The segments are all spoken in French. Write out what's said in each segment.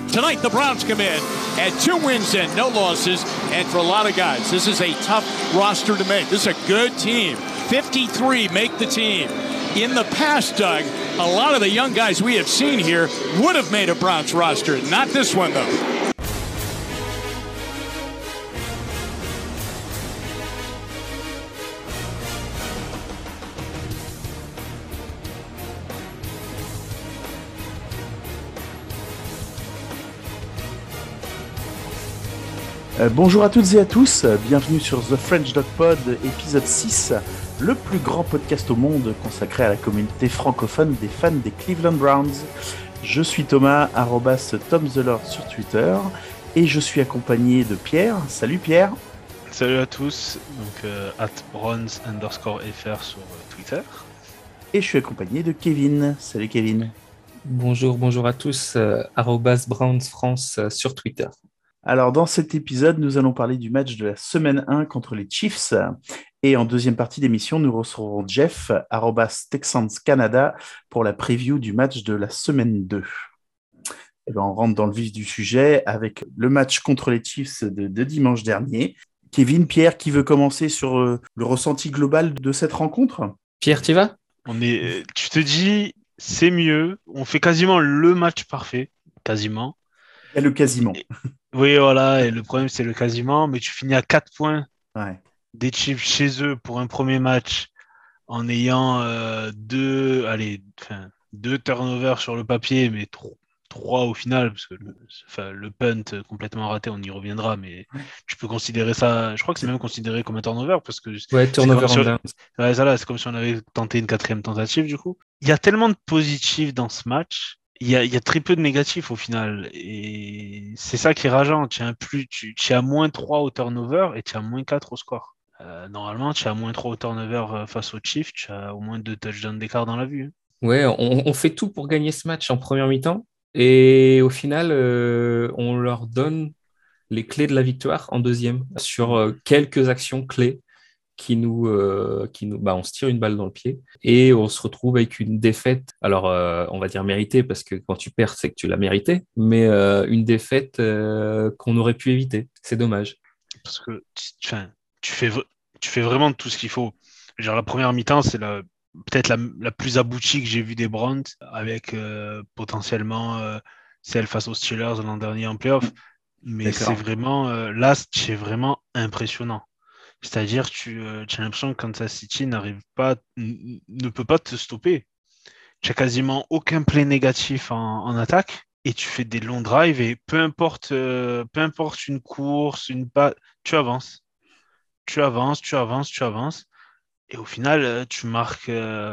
Tonight, the Browns come in at 2 wins and no losses. And for a lot of guys, this is a tough roster to make. This is a good team. 53 make the team. In the past, Doug, a lot of the young guys we have seen here would have made a Browns roster. Not this one, though. Bonjour à toutes et à tous, bienvenue sur The French Dog Pod, épisode 6, le plus grand podcast au monde consacré à la communauté francophone des fans des Cleveland Browns. Je suis Thomas, @TomTheLord sur Twitter, et je suis accompagné de Pierre. Salut Pierre. Salut à tous, donc @Browns_FR sur Twitter. Et je suis accompagné de Kevin. Salut Kevin. Bonjour à tous, @BrownsFrance sur Twitter. Alors, dans cet épisode, nous allons parler du match de la semaine 1 contre les Chiefs. Et en deuxième partie d'émission, nous recevrons Jeff, @TexansCanada, pour la preview du match de la semaine 2. Et ben, on rentre dans le vif du sujet avec le match contre les Chiefs de dimanche dernier. Kevin, Pierre, qui veut commencer sur le ressenti global de cette rencontre ? Pierre, tu vas ? Tu te dis, c'est mieux. On fait quasiment le match parfait, quasiment. Il y a le quasiment. Oui, voilà, et le problème, c'est le quasiment, mais tu finis à 4 points des Chiefs chez eux pour un premier match en ayant deux turnovers sur le papier, mais 3 au final, parce que le punt complètement raté, on y reviendra, mais tu peux considérer ça, je crois que c'est même considéré comme un turnover, parce que turnover c'est comme si on avait tenté une 4e tentative, du coup. Il y a tellement de positifs dans ce match. Il y a très peu de négatifs au final, et c'est ça qui est rageant. Tu es à moins 3 au turnover et tu es à moins 4 au score. Normalement, tu es à moins 3 au turnover face aux Chiefs, tu as au moins 2 touchdowns d'écart dans la vue. Ouais, on fait tout pour gagner ce match en première mi-temps, et au final, on leur donne les clés de la victoire en deuxième, sur quelques actions clés qui nous on se tire une balle dans le pied et on se retrouve avec une défaite. Alors, on va dire méritée, parce que quand tu perds, c'est que tu l'as mérité, mais une défaite qu'on aurait pu éviter. C'est dommage. Parce que tu fais vraiment tout ce qu'il faut. Genre, la première mi-temps, c'est peut-être la plus aboutie que j'ai vue des Browns, avec potentiellement celle face aux Steelers l'an dernier en playoff. Mais D'accord. C'est vraiment là, c'est vraiment impressionnant. C'est-à-dire, tu as l'impression que Kansas City ne peut pas te stopper. Tu n'as quasiment aucun play négatif en attaque, et tu fais des longs drives, et peu importe une course, une passe, tu avances. Tu avances. Et au final, tu marques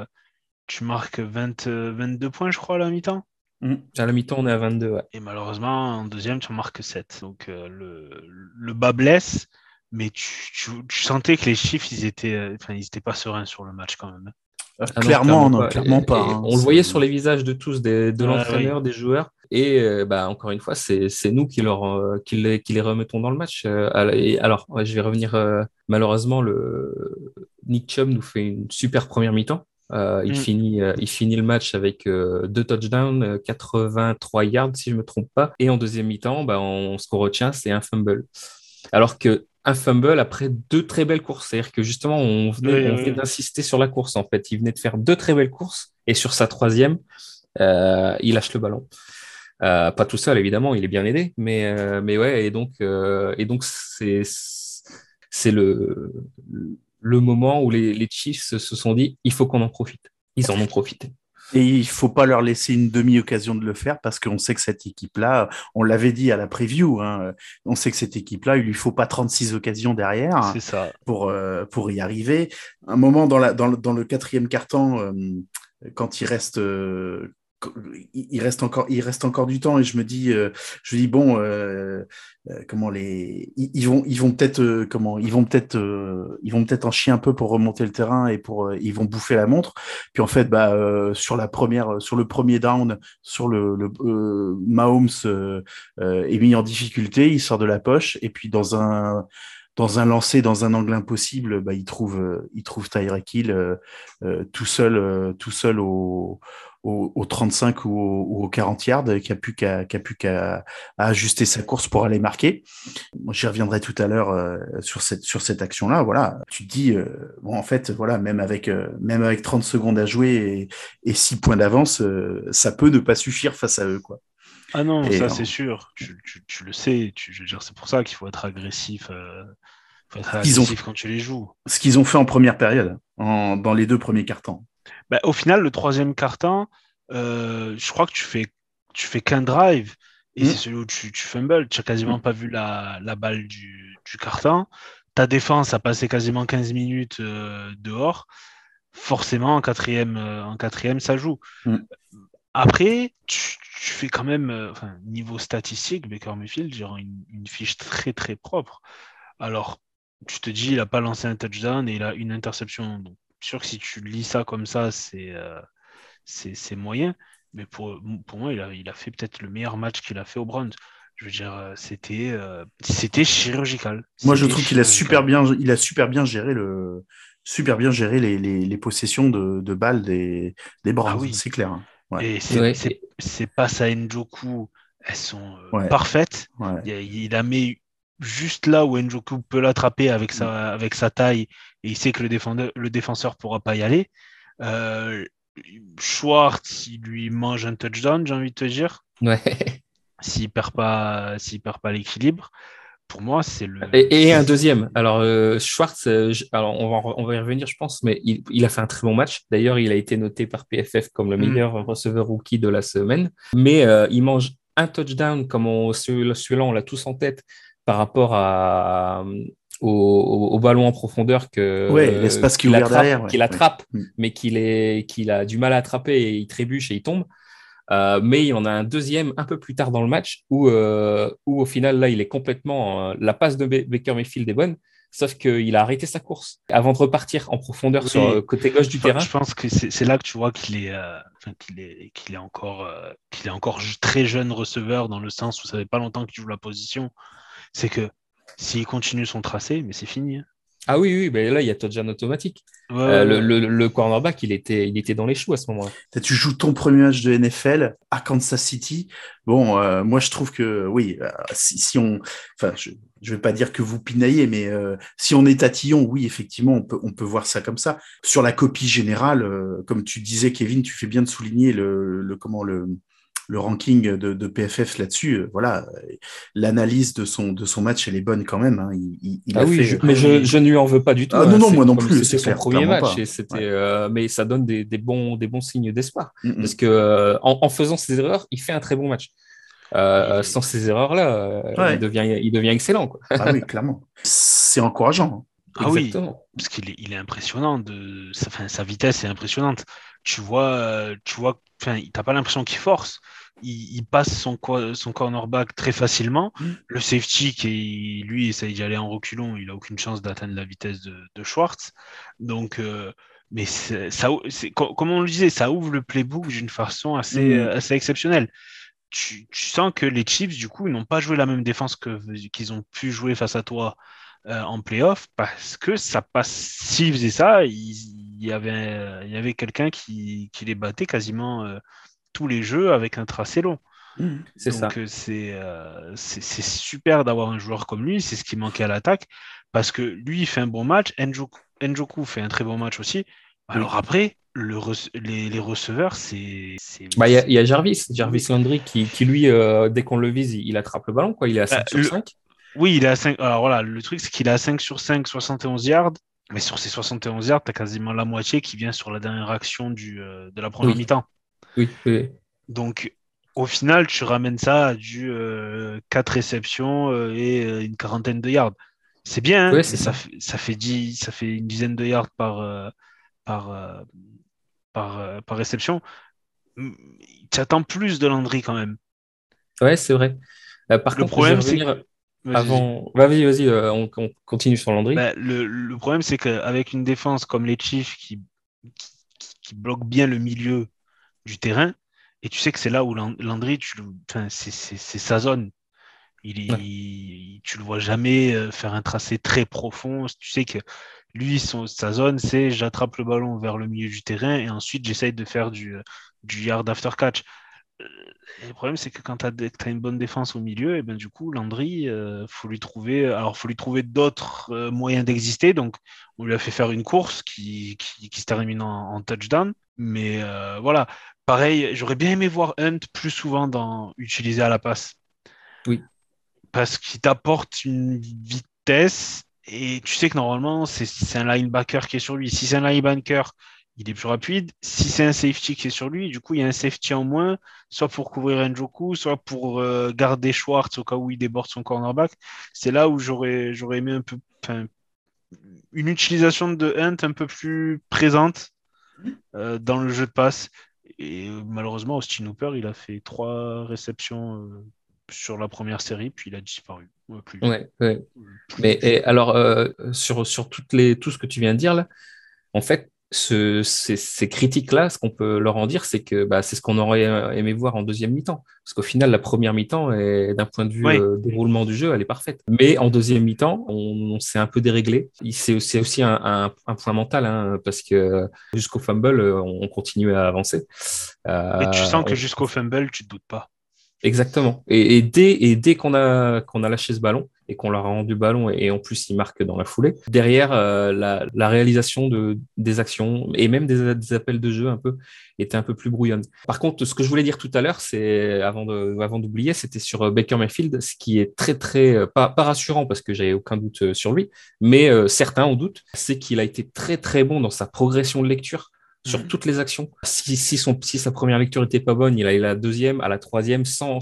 22 points, je crois, à la mi-temps. À la mi-temps, on est à 22. Ouais. Et malheureusement, en deuxième, tu en marques 7. Donc, le bas blesse. Mais tu sentais que les Chiefs, ils étaient pas sereins sur le match quand même. Clairement pas. On le voyait sur les visages de tous, de l'entraîneur, des joueurs. Et encore une fois, c'est nous qui les remettons dans le match. Alors, je vais revenir. Malheureusement, Nick Chubb nous fait une super première mi-temps. Il finit le match avec 2 touchdowns, 83 yards si je me trompe pas. Et en deuxième mi-temps, ce qu'on retient, c'est un fumble. Alors que un fumble après 2 très belles courses. C'est-à-dire que justement, on venait d'insister sur la course, en fait. Il venait de faire 2 très belles courses, et sur sa 3e, il lâche le ballon. Pas tout seul, évidemment, il est bien aidé, mais ouais, et donc c'est le moment où les Chiefs se sont dit, il faut qu'on en profite. Ils en ont profité. Et il ne faut pas leur laisser une demi-occasion de le faire, parce qu'on sait que cette équipe-là, on l'avait dit à la preview, on sait que cette équipe-là, il ne lui faut pas 36 occasions derrière. C'est ça. Pour y arriver. Un moment dans le 4e quart-temps, quand il reste encore du temps, et je me dis bon, ils vont peut-être en chier un peu pour remonter le terrain, et ils vont bouffer la montre. Puis en fait, sur le premier down, sur Mahomes est mis en difficulté, il sort de la poche, et puis dans un dans un lancer, dans un angle impossible, il trouve Tyreek Hill tout seul au 35 ou au 40 yards, qui a plus qu'à à ajuster sa course pour aller marquer. Moi, j'y reviendrai tout à l'heure sur cette action-là. Voilà, tu te dis bon, en fait, voilà, même avec 30 secondes à jouer et 6 points d'avance, ça peut ne pas suffire face à eux, quoi. Ah non, Et, ça c'est sûr. Tu le sais. Je veux dire, c'est pour ça qu'il faut être agressif. Faut être qu'ils ont, agressif quand tu les joues. ce qu'ils ont fait en première période, dans les 2 premiers quarts-temps. Bah, au final, le troisième quart-temps, je crois que tu fais qu'un drive et c'est celui où tu fumbles. Tu n'as quasiment pas vu la balle du quart-temps. Ta défense a passé quasiment 15 minutes dehors. Forcément, en quatrième, ça joue. Après, tu fais quand même, niveau statistique, Baker Mayfield, genre une fiche très très propre. Alors, tu te dis, il n'a pas lancé un touchdown et il a une interception. Donc, sûr que si tu lis ça comme ça, c'est moyen. Mais pour moi, il a fait peut-être le meilleur match qu'il a fait au Browns. Je veux dire, c'était chirurgical. Moi, je C'était trouve qu'il a super chirurgical. bien, super bien géré les possessions de balles des Ah Browns, oui. c'est clair, hein. Ouais, Et Ouais. c'est passes à Njoku, elles sont ouais, parfaites. ouais. Il a mis juste là où Njoku peut l'attraper avec sa taille et il sait que le défenseur pourra pas y aller. Euh, Schwartz, il lui mange un touchdown, j'ai envie de te dire, Ouais. s'il perd pas l'équilibre. Pour moi, c'est le. Et un deuxième. Alors, Schwartz, alors on va y revenir, je pense, mais il a fait un très bon match. D'ailleurs, il a été noté par PFF comme le Hmm. meilleur receveur rookie de la semaine. Mais il mange un touchdown, comme celui-là, on l'a tous en tête, par rapport au ballon en profondeur Ouais, l'espace qui est ouvert derrière, ouais, qu'il ouais. attrape, mais qu'il a du mal à attraper et il trébuche et il tombe. Mais il y en a un deuxième un peu plus tard dans le match où au final, là, il est complètement. La passe de Baker Mayfield est bonne, sauf qu'il a arrêté sa course avant de repartir en profondeur sur le Oui, côté gauche du terrain. je pense que c'est là que tu vois qu'il est encore très jeune receveur dans le sens où ça fait pas longtemps qu'il joue la position. C'est que s'il continue son tracé, mais c'est fini, hein. Ah oui, oui, ben là, il y a touchdown automatique. Ouais, ouais, ouais. Le cornerback, il était dans les choux à ce moment-là. Tu joues ton premier match de NFL à Kansas City. Bon, moi je trouve que oui, si on, enfin, je vais pas dire que vous pinaillez, mais si on est tatillon, oui, effectivement, on peut voir ça comme ça. Sur la copie générale, comme tu disais, Kevin, tu fais bien de souligner le ranking de PFF là-dessus. Voilà, l'analyse de son match, elle est bonne quand même, hein. Il Ah a oui, fait. mais Ah oui. je ne lui en veux pas du tout, Ah non, hein. non, moi non Comme plus, c'était c'est son clair, premier clairement match pas. et c'était, Ouais. mais ça donne des bons signes d'espoir parce Mm, que en faisant ses erreurs, il fait un très bon match. Sans Et ces erreurs-là, ouais. il devient excellent, quoi. Ah oui, clairement. C'est encourageant, hein. ah oui, Exactement. parce il est impressionnant sa vitesse est impressionnante. T'as pas l'impression qu'il force. Il passe son cornerback très facilement. Le safety qui lui essaye d'y aller en reculons, il a aucune chance d'atteindre la vitesse de Schwartz. Donc, mais comme on le disait, ça ouvre le playbook d'une façon Mm. assez exceptionnelle. Tu sens que les Chiefs, du coup, ils n'ont pas joué la même défense qu'ils ont pu jouer face à toi en playoff parce que ça passe. S'ils faisaient ça, il y avait quelqu'un qui les battait quasiment tous les jeux avec un tracé long. Mm. C'est Donc ça. c'est super d'avoir un joueur comme lui, c'est ce qui manquait à l'attaque parce que lui, il fait un bon match, Njoku fait un très bon match aussi. Oui. Alors après, les receveurs, Bah, il y a Jarvis Landry qui lui, dès qu'on le vise, il attrape le ballon, quoi. Il est à Bah, 5 sur 5. Oui, il est à 5. Alors voilà, le truc, c'est qu'il est à 5 sur 5, 71 yards. Mais sur ces 71 yards, tu as quasiment la moitié qui vient sur la dernière action de la première Oui, mi-temps. oui, oui. Donc, au final, tu ramènes ça à 4 réceptions et une quarantaine de yards. C'est bien, hein, Oui, mais c'est ça. ça fait une dizaine de yards par, euh, par réception. Tu attends plus de Landry quand même. Ouais, c'est vrai. Par Le contre, je vais problème, c'est que. revenir Vas-y, vas-y. avant. Vas-y, on continue sur Landry. Ben, le problème, c'est qu'avec une défense comme les Chiefs qui bloque bien le milieu du terrain, et tu sais que c'est là où Landry, enfin, c'est sa zone. Tu le vois jamais faire un tracé très profond. Tu sais que lui, sa zone, c'est j'attrape le ballon vers le milieu du terrain et ensuite j'essaye de faire du yard after catch. Et le problème, c'est que quand tu as une bonne défense au milieu, et ben, du coup, Landry, faut lui trouver d'autres moyens d'exister. Donc, on lui a fait faire une course qui se termine en touchdown. Mais voilà, pareil, j'aurais bien aimé voir Hunt plus souvent utilisé à la passe. Oui. Parce qu'il t'apporte une vitesse et tu sais que normalement, c'est un linebacker qui est sur lui. Si c'est un linebacker, il est plus rapide. Si c'est un safety qui est sur lui, du coup, il y a un safety en moins, soit pour couvrir Njoku, soit pour garder Schwartz au cas où il déborde son cornerback. C'est là où j'aurais aimé un peu une utilisation de Hunt un peu plus présente dans le jeu de passe. Et malheureusement, Austin Hooper, il a fait 3 réceptions sur la première série, puis il a disparu. Plus, Ouais. plus Mais depuis. alors, sur tout ce que tu viens de dire là, en fait, ces critiques-là, ce qu'on peut leur en dire, c'est que c'est ce qu'on aurait aimé voir en deuxième mi-temps. Parce qu'au final, la première mi-temps, d'un point de vue Oui, déroulement du jeu, elle est parfaite. Mais en deuxième mi-temps, on s'est un peu déréglé. C'est aussi un point mental, hein, parce que jusqu'au fumble, on continue à avancer. et tu sens que On- jusqu'au fumble, tu te doutes pas. Exactement. Et dès qu'on a lâché ce ballon et qu'on leur a rendu le ballon et en plus ils marquent dans la foulée, derrière la réalisation des actions et même des appels de jeu un peu était un peu plus brouillonne. Par contre, ce que je voulais dire tout à l'heure, c'est avant d'oublier, c'était sur Baker Mayfield, ce qui est très très pas rassurant parce que j'avais aucun doute sur lui, mais certains ont doute, c'est qu'il a été très très bon dans sa progression de lecture sur toutes les actions. Si sa première lecture était pas bonne, il a eu la deuxième, à la troisième,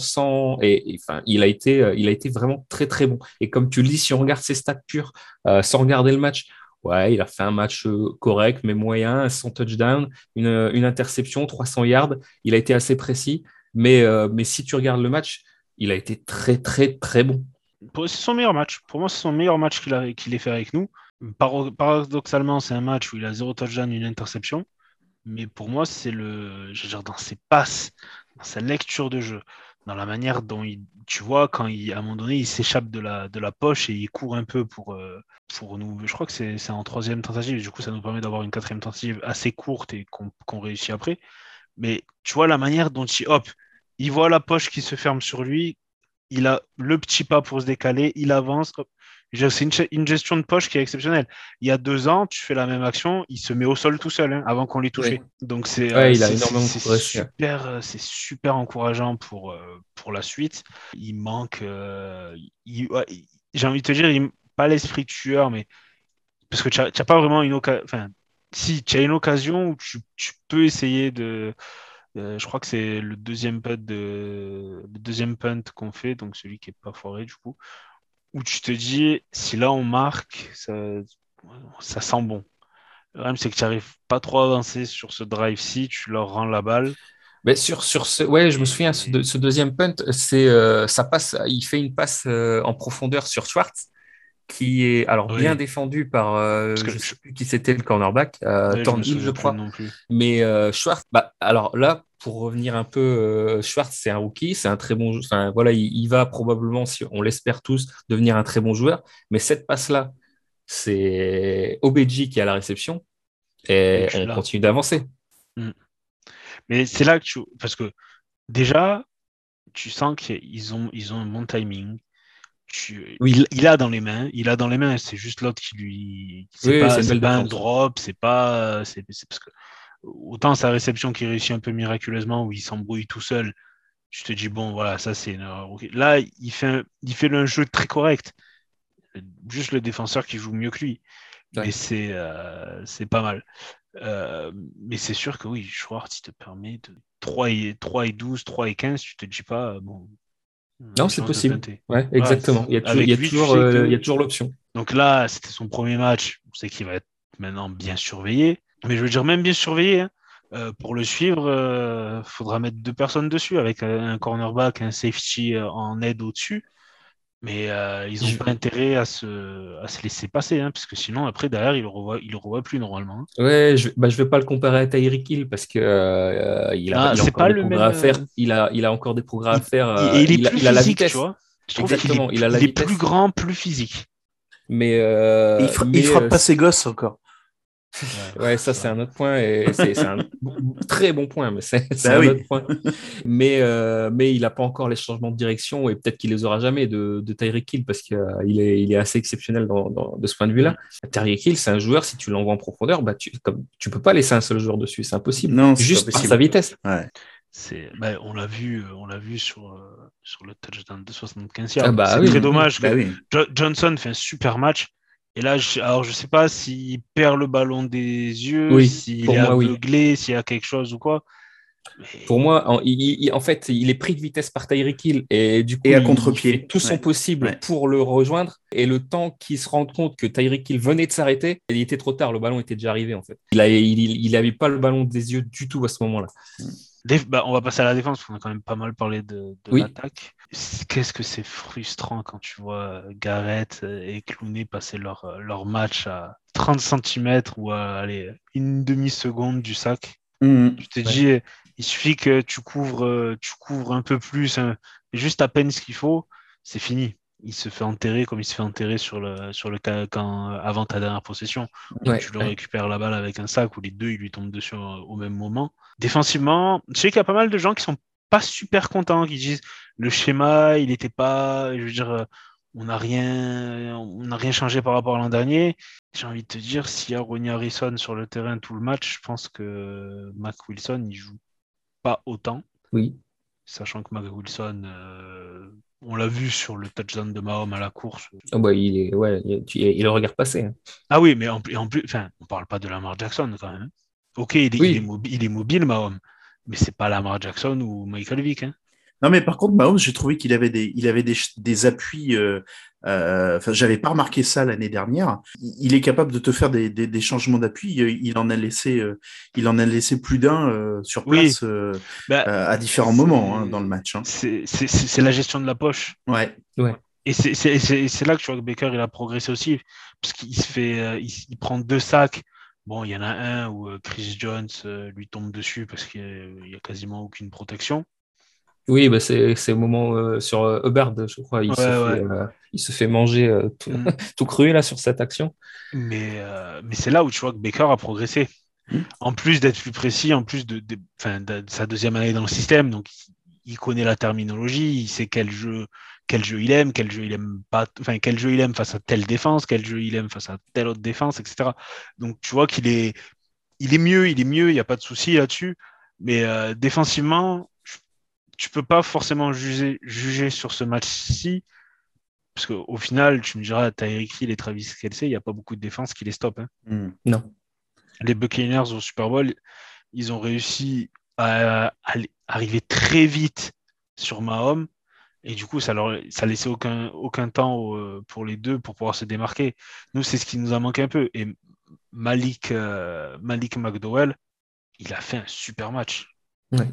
enfin, il a été vraiment très très bon. Et comme tu le dis, si on regarde ses stats pures, sans regarder le match, ouais, il a fait un match correct, mais moyen, sans touchdown, une interception, 300 yards. Il a été assez précis, mais si tu regardes le match, il a été très très très bon. C'est son meilleur match. Pour moi, c'est son meilleur match qu'il ait fait avec nous. Paradoxalement, c'est un match où il a 0 touchdown, une interception. Mais pour moi, je veux dire, dans ses passes, dans sa lecture de jeu, dans la manière dont tu vois, à un moment donné, il s'échappe de la poche et il court un peu pour nous. Je crois que c'est en troisième tentative. Du coup, ça nous permet d'avoir une quatrième tentative assez courte et qu'on réussit après. Mais tu vois la manière dont il voit la poche qui se ferme sur lui, il a le petit pas pour se décaler, il avance. Hop. C'est une gestion de poche qui est exceptionnelle. Il y a 2 ans, tu fais la même action, il se met au sol tout seul avant qu'on l'ait touché. Ouais. Donc Ouais, il a énormément progressé. c'est super encourageant pour la suite. Il manque, ouais, j'ai envie de te dire, pas l'esprit tueur, mais parce que tu n'as pas vraiment une occasion. Enfin, si tu as une occasion où tu peux essayer je crois que c'est le deuxième punt qu'on fait, donc celui qui est pas foiré du coup, où tu te dis, si là on marque, ça sent bon. Le problème, c'est que tu n'arrives pas trop à avancer sur ce drive-ci, tu leur rends la balle. Mais ouais, je me souviens, Et... ce deuxième punt, ça passe, il fait une passe en profondeur sur Schwartz, qui est alors bien Oui, défendu par, parce que je sais plus qui c'était le cornerback, ouais, je me Thornhill, je souviens plus crois. non plus. Mais Schwartz, alors là, pour revenir un peu, Schwartz, c'est un rookie, c'est un très bon, enfin voilà, il va probablement, si on l'espère tous, devenir un très bon joueur. Mais cette passe-là, c'est Obeji qui a la réception Et et tu on l'as. continue d'avancer. Mm. Mais c'est là que parce que déjà, tu sens qu'ils ont un bon timing. Oui, Il a dans les mains, c'est juste l'autre qui lui. oui, c'est une C'est belle pas un défense. drop, c'est pas. C'est parce que autant sa réception qui réussit un peu miraculeusement où il s'embrouille tout seul, tu te dis, bon, voilà, ça c'est une erreur. Ok. Là, il fait un jeu très correct. Juste le défenseur qui joue mieux que lui. Mais Ouais. c'est pas mal. Mais c'est sûr que oui, Schwartz, il te permet de 3 et 12, 3 et 15, tu te dis pas, bon, on a Non, une c'est chance de possible. punter. Ouais, Voilà, exactement. Il y avec a lui, tu toujours, sais il y a que. toujours l'option. Donc là, c'était son premier match. On sait qu'il va être maintenant bien surveillé. Mais je veux dire, même bien surveillé, hein. Pour le suivre, faudra mettre 2 personnes dessus avec un cornerback, un safety en aide au-dessus. Mais ils n'ont Je- pas intérêt à se laisser passer, hein, parce que sinon, après, derrière, ils le revoient plus normalement, hein. Ouais, je vais pas le comparer à Tyreek Hill parce que il Non, a c'est encore pas des le progrès même. à faire. Il a encore des progrès à faire. Et il est plus Il a la physique, tu vitesse. vois. Je trouve Exactement, il a la est vitesse. plus grand, plus physique. Mais, Il frappe pas ses gosses encore. Ouais, ça c'est un autre point et c'est un très bon point, mais c'est Bah un oui. autre point. Mais il n'a pas encore les changements de direction et peut-être qu'il les aura jamais de Tyreek Hill parce qu'il il est assez exceptionnel de ce point de vue-là. Tyreek Hill, c'est un joueur, si tu l'envoies en profondeur, bah, tu peux pas laisser un seul joueur dessus, c'est impossible. Non, c'est Juste pas par possible. sa vitesse. Ouais. On l'a vu sur le touchdown de 75 Ah yards. bah C'est oui, très dommage Bah que oui. Johnson fait un super match. Et là, alors je sais pas s'il perd le ballon des yeux, Oui, s'il pour est moi, oui. aveuglé, s'il y a quelque chose ou quoi. Mais... Pour moi, en fait, il est pris de vitesse par Tyreek Hill et du coup, Et à il contre-pied. fait tout son Ouais. possible Ouais. pour le rejoindre. Et le temps qu'il se rende compte que Tyreek Hill venait de s'arrêter, il était trop tard. Le ballon était déjà arrivé en fait. Il avait pas le ballon des yeux du tout à ce moment-là. On va passer à la défense, parce qu'on a quand même pas mal parlé de Oui. l'attaque. Qu'est-ce que c'est frustrant quand tu vois Garrett et Clooney passer leur match à 30 cm ou à allez, une demi-seconde du sac. Tu te dis, il suffit que tu couvres un peu plus, hein, juste à peine ce qu'il faut, c'est fini. Il se fait enterrer comme il se fait enterrer sur le avant ta dernière possession. Ouais, Tu le ouais. récupères la balle avec un sac où les deux ils lui tombent dessus au même moment. Défensivement, je sais qu'il y a pas mal de gens qui sont pas super contents, qui disent le schéma, il n'était pas, je veux dire, on n'a rien changé par rapport à l'an dernier. J'ai envie de te dire, s'il y a Ronnie Harrison sur le terrain tout le match, je pense que Mac Wilson, il joue pas autant. Oui. Sachant que Mac Wilson, on l'a vu sur le touchdown de Mahomes à la course. Oh bah, il le regarde passer. Hein. Ah oui, mais en plus, enfin, on parle pas de Lamar Jackson quand même. Ok, Oui. il est mobile, Mahomes, mais c'est pas Lamar Jackson ou Michael Vick. Hein. Non, mais par contre, Mahomes, j'ai trouvé qu'il avait des appuis. Enfin, j'avais pas remarqué ça l'année dernière. Il est capable de te faire des changements d'appui. Il en a laissé plus d'un sur Oui, place bah, à différents moments dans le match. Hein. c'est la gestion de la poche. Ouais. Ouais. Et c'est là que tu vois que Baker il a progressé aussi, parce qu'il se fait, il prend 2 sacs. Bon, il y en a un où Chris Jones lui tombe dessus parce qu'il y a quasiment aucune protection. Oui, bah c'est au moment sur Hubbard, je crois, Ouais, ouais. il se fait manger Mm. tout cru là sur cette action. Mais c'est là où tu vois que Baker a progressé. En plus d'être plus précis, en plus de sa deuxième année dans le système, donc il connaît la terminologie, il sait quel jeu il aime pas, enfin quel jeu il aime face à telle défense, quel jeu il aime face à telle autre défense, etc. Donc tu vois il est mieux, il n'y a pas de souci là-dessus. Mais défensivement, tu peux pas forcément juger sur ce match-ci, parce qu'au final, tu me diras, Tyreek Hill et Travis Kelce, il n'y a pas beaucoup de défense qui les stoppe. Hein. Non. Les Buccaneers au Super Bowl, ils ont réussi à arriver très vite sur Mahomes. Et du coup, ça laissait aucun temps pour les deux pour pouvoir se démarquer. Nous, c'est ce qui nous a manqué un peu. Et Malik McDowell, il a fait un super match. Ouais.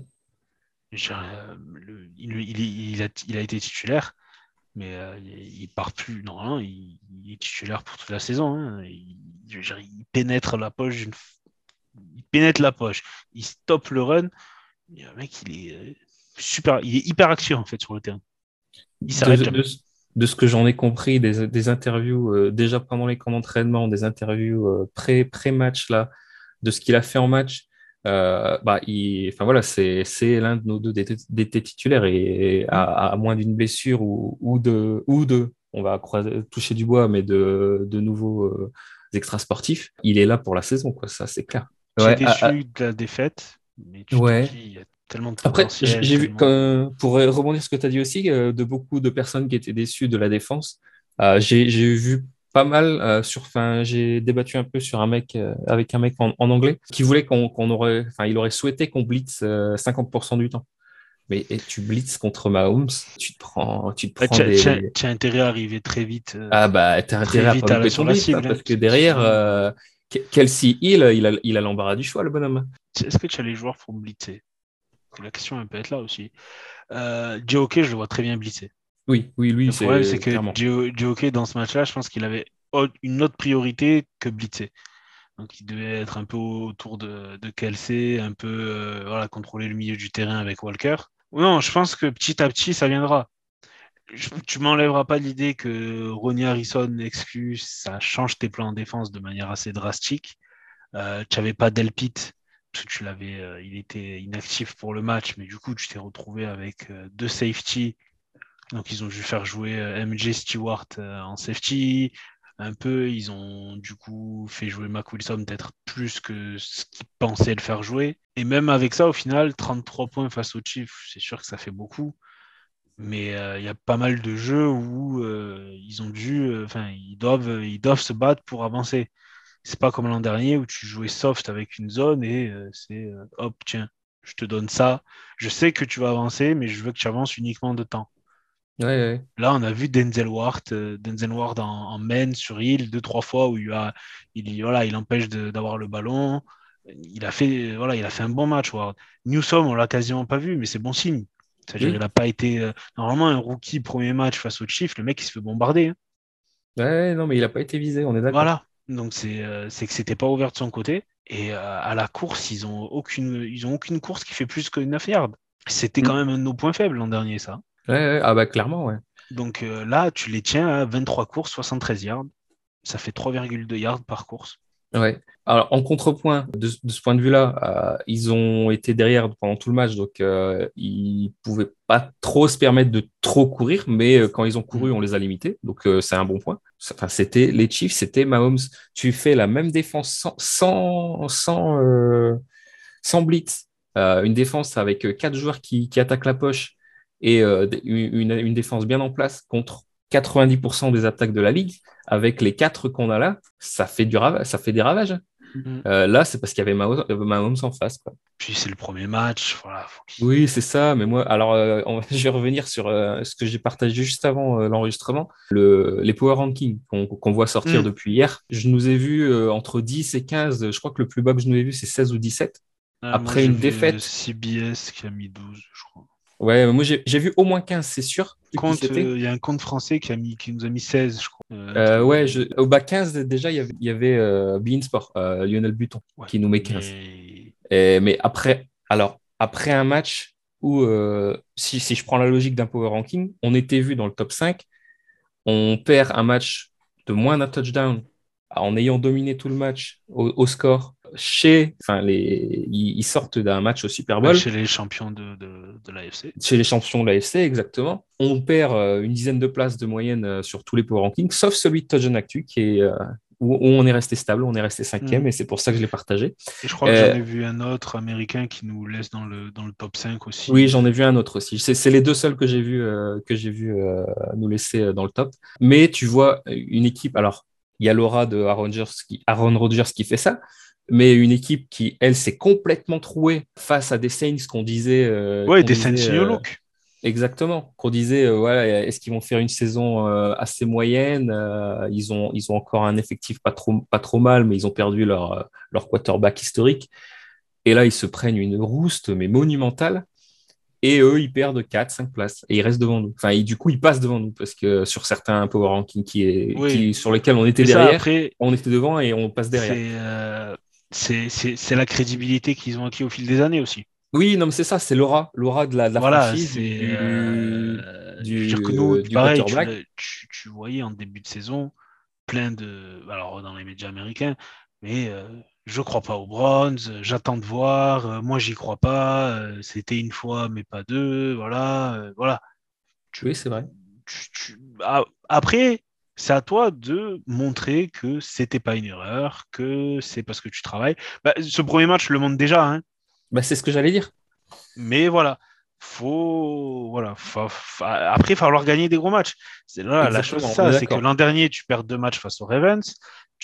Il a été titulaire, mais il part plus. Non, il est titulaire pour toute la saison. Hein. Il pénètre la poche il pénètre la poche, il stoppe le run. Le mec, il est super, il est hyper actif en fait sur le terrain. Il s'arrête jamais. De ce que j'en ai compris, des interviews déjà pendant les camps d'entraînement, des interviews pré-match là, de ce qu'il a fait en match. Enfin voilà, c'est l'un de nos deux des titulaires et à moins d'une blessure ou deux, on va toucher du bois, mais de nouveaux extra sportifs, il est là pour la saison, quoi. Ça c'est clair. Tu es Ouais, déçu de la défaite, mais tu te ouais. dis, il y a tellement de Après, potentiel. j'ai vu, pour rebondir sur ce que tu as dit aussi, de beaucoup de personnes qui étaient déçues de la défense, j'ai vu pas mal j'ai débattu un peu sur un mec avec un mec en anglais qui voulait il aurait souhaité qu'on blitz 50% du temps. Mais tu blitzes contre Mahomes, tu te prends Tu des. as intérêt à arriver très vite, Ah bah, t'as intérêt à pas louper sur ton la blitz, cible. parce que Hein, derrière, sinon, Kelsey Hill, il a l'embarras du choix, le bonhomme. est-ce que tu as les joueurs pour blitzer? La question elle peut être là aussi. J.O.K., je le vois très bien blitzer. Oui, lui, Le problème, c'est c'est que clairement. J.O.K., dans ce match-là, je pense qu'il avait une autre priorité que blitzer. Donc, il devait être un peu autour de Kelsey, un peu contrôler le milieu du terrain avec Walker. Non, je pense que petit à petit, ça viendra. Tu m'enlèveras pas l'idée que Ronnie Harrison exclu, ça change tes plans en défense de manière assez drastique. Tu n'avais pas Delpit, parce que il était inactif pour le match, mais du coup, tu t'es retrouvé avec deux safety. Donc, ils ont dû faire jouer MJ Stewart en safety. Un peu, ils ont du coup fait jouer Mac Wilson peut-être plus que ce qu'ils pensaient le faire jouer. Et même avec ça, au final, 33 points face aux Chiefs, c'est sûr que ça fait beaucoup. Mais il y a pas mal de jeux où ils doivent se battre pour avancer. C'est pas comme l'an dernier où tu jouais soft avec une zone et hop, tiens, je te donne ça. Je sais que tu vas avancer, mais je veux que tu avances uniquement de temps. Ouais, ouais. Là, on a vu Denzel Ward en main sur Hill deux, trois fois où il empêche d'avoir le ballon. Il a fait un bon match, Ward. Newsome, on l'a quasiment pas vu, mais c'est bon signe. C'est-à-dire, il Oui. n'a pas été. Normalement, un rookie premier match face aux Chiefs, le mec, il se fait bombarder, hein. Ouais, non, mais il n'a pas été visé, on est d'accord. Voilà. Donc, c'est que c'était pas ouvert de son côté. Et à la course, ils ont aucune course qui fait plus que 9 yards. C'était quand Mm. même un de nos points faibles l'an dernier, ça. Ouais, ouais. Ah bah clairement, ouais. Donc là, tu les tiens à 23 courses, 73 yards. Ça fait 3,2 yards par course. Ouais. Alors, en contrepoint, de ce point de vue-là, ils ont été derrière pendant tout le match, donc ils pouvaient pas trop se permettre de trop courir, mais quand ils ont couru, on les a limités, donc c'est un bon point. Enfin, c'était les Chiefs, c'était Mahomes. Tu fais la même défense sans blitz, une défense avec quatre joueurs qui attaquent la poche et une défense bien en place contre 90% des attaques de la ligue, avec les quatre qu'on a là, ça fait des ravages. Mm. Là, c'est parce qu'il y avait Mahomes en face, quoi. Puis c'est le premier match. Voilà, Oui, c'est ça. Mais moi, alors, je vais revenir sur ce que j'ai partagé juste avant l'enregistrement. Les power rankings qu'on voit sortir Mm. depuis hier. Je nous ai vus entre 10 et 15. Je crois que le plus bas que je nous ai vu, c'est 16 ou 17. Moi, Après j'ai une vu défaite. CBS qui a mis 12, je crois. Ouais, moi, j'ai vu au moins 15, c'est sûr. Je sais plus qui c'était. Il y a un compte français qui nous a mis 16, je crois. Un truc Ouais, au bas 15, déjà, il y avait Beansport, Lionel Buton, ouais. qui nous met 15. Mais Mais après un match où, si je prends la logique d'un power ranking, on était vu dans le top 5, on perd un match de moins d'un touchdown en ayant dominé tout le match au score. Ils sortent d'un match au Super Bowl chez les champions de l'AFC. chez les champions de l'AFC, exactement. On perd une dizaine de places de moyenne sur tous les power rankings, sauf celui de Touchdown Actu où on est resté stable, on est resté cinquième, et c'est pour ça que je l'ai partagé. Et je crois que j'en ai vu un autre américain qui nous laisse dans le top 5 aussi. Oui, j'en ai vu un autre aussi. C'est les deux seuls que j'ai vu nous laisser dans le top. Mais tu vois, une équipe, alors il y a l'aura de Aaron Rodgers qui fait ça, mais une équipe qui, elle, s'est complètement trouée face à des Saints qu'on disait. Des Saints look. Exactement. Qu'on disait, voilà, est-ce qu'ils vont faire une saison assez moyenne? Ils ont encore un effectif pas trop mal, mais ils ont perdu leur quarterback historique. Et là, ils se prennent une rouste, mais monumentale. Et eux, ils perdent 4-5 places. Et ils restent devant nous. Enfin, du coup, ils passent devant nous. Parce que sur certains power rankings sur lesquels on était derrière, après, on était devant et on passe derrière. C'est la crédibilité qu'ils ont acquis au fil des années aussi. Oui, non, mais c'est ça, c'est l'aura de la Voilà, franchise, je veux dire que nous, du pareil, quarterback. tu voyais en début de saison alors dans les médias américains, mais je crois pas aux Browns, j'attends de voir, moi j'y crois pas, c'était une fois mais pas deux, voilà. Oui, c'est vrai. Après, c'est à toi de montrer que c'était pas une erreur, que c'est parce que tu travailles. Ce premier match le montre déjà, hein. Bah, c'est ce que j'allais dire. Mais voilà, après, il va falloir gagner des gros matchs. C'est là, la chose, Exactement, c'est on est ça, c'est que d'accord. l'an dernier, tu perds deux matchs face aux Ravens,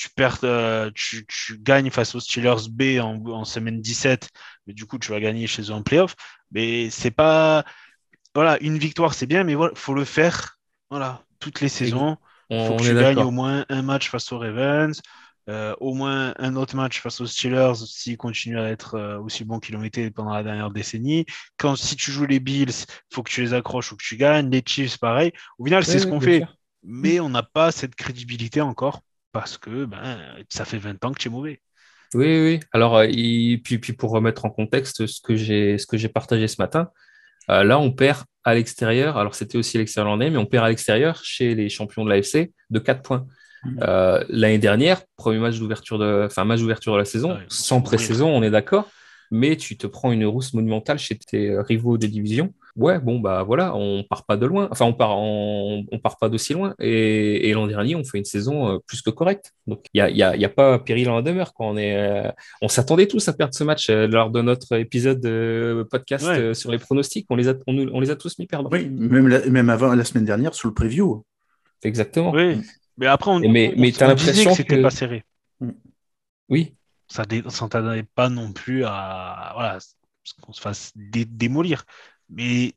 tu gagnes face aux Steelers B en semaine 17, mais du coup, tu vas gagner chez eux en playoff. Mais c'est pas, voilà, une victoire, c'est bien, mais voilà, faut le faire, voilà, toutes les Ex- saisons. Faut que On est tu gagnes au d'accord. moins un match face aux Ravens. Au moins un autre match face aux Steelers s'ils continuent à être aussi bons qu'ils l'ont été pendant la dernière décennie. Si tu joues les Bills, il faut que tu les accroches ou que tu gagnes. Les Chiefs, pareil. Au final, Oui, c'est ce oui, qu'on bien fait. sûr. Mais on n'a pas cette crédibilité encore parce que ça fait 20 ans que tu es mauvais. Oui, oui. Alors, puis pour remettre en contexte ce que j'ai partagé ce matin, Là, on perd à l'extérieur. Alors, c'était aussi à l'extérieur l'année, mais on perd à l'extérieur chez les champions de l'AFC de 4 points. L'année dernière, premier match d'ouverture match d'ouverture de la saison, sans pré-saison, on est d'accord, mais tu te prends une rousse monumentale chez tes rivaux des divisions. Ouais, bon, bah voilà, on part pas de loin. Enfin, on part pas d'aussi loin. Et l'an dernier, on fait une saison plus que correcte. Donc, il y a pas péril en la demeure. Quoi. On s'attendait tous à perdre ce match lors de notre épisode podcast sur les pronostics. On les a tous mis perdants. Oui, même avant la semaine dernière, sous le preview. Exactement. Oui, mais après, on t'as l'impression que c'était pas serré. Oui. Ça ne s'entendait pas non plus à qu'on se fasse démolir. Mais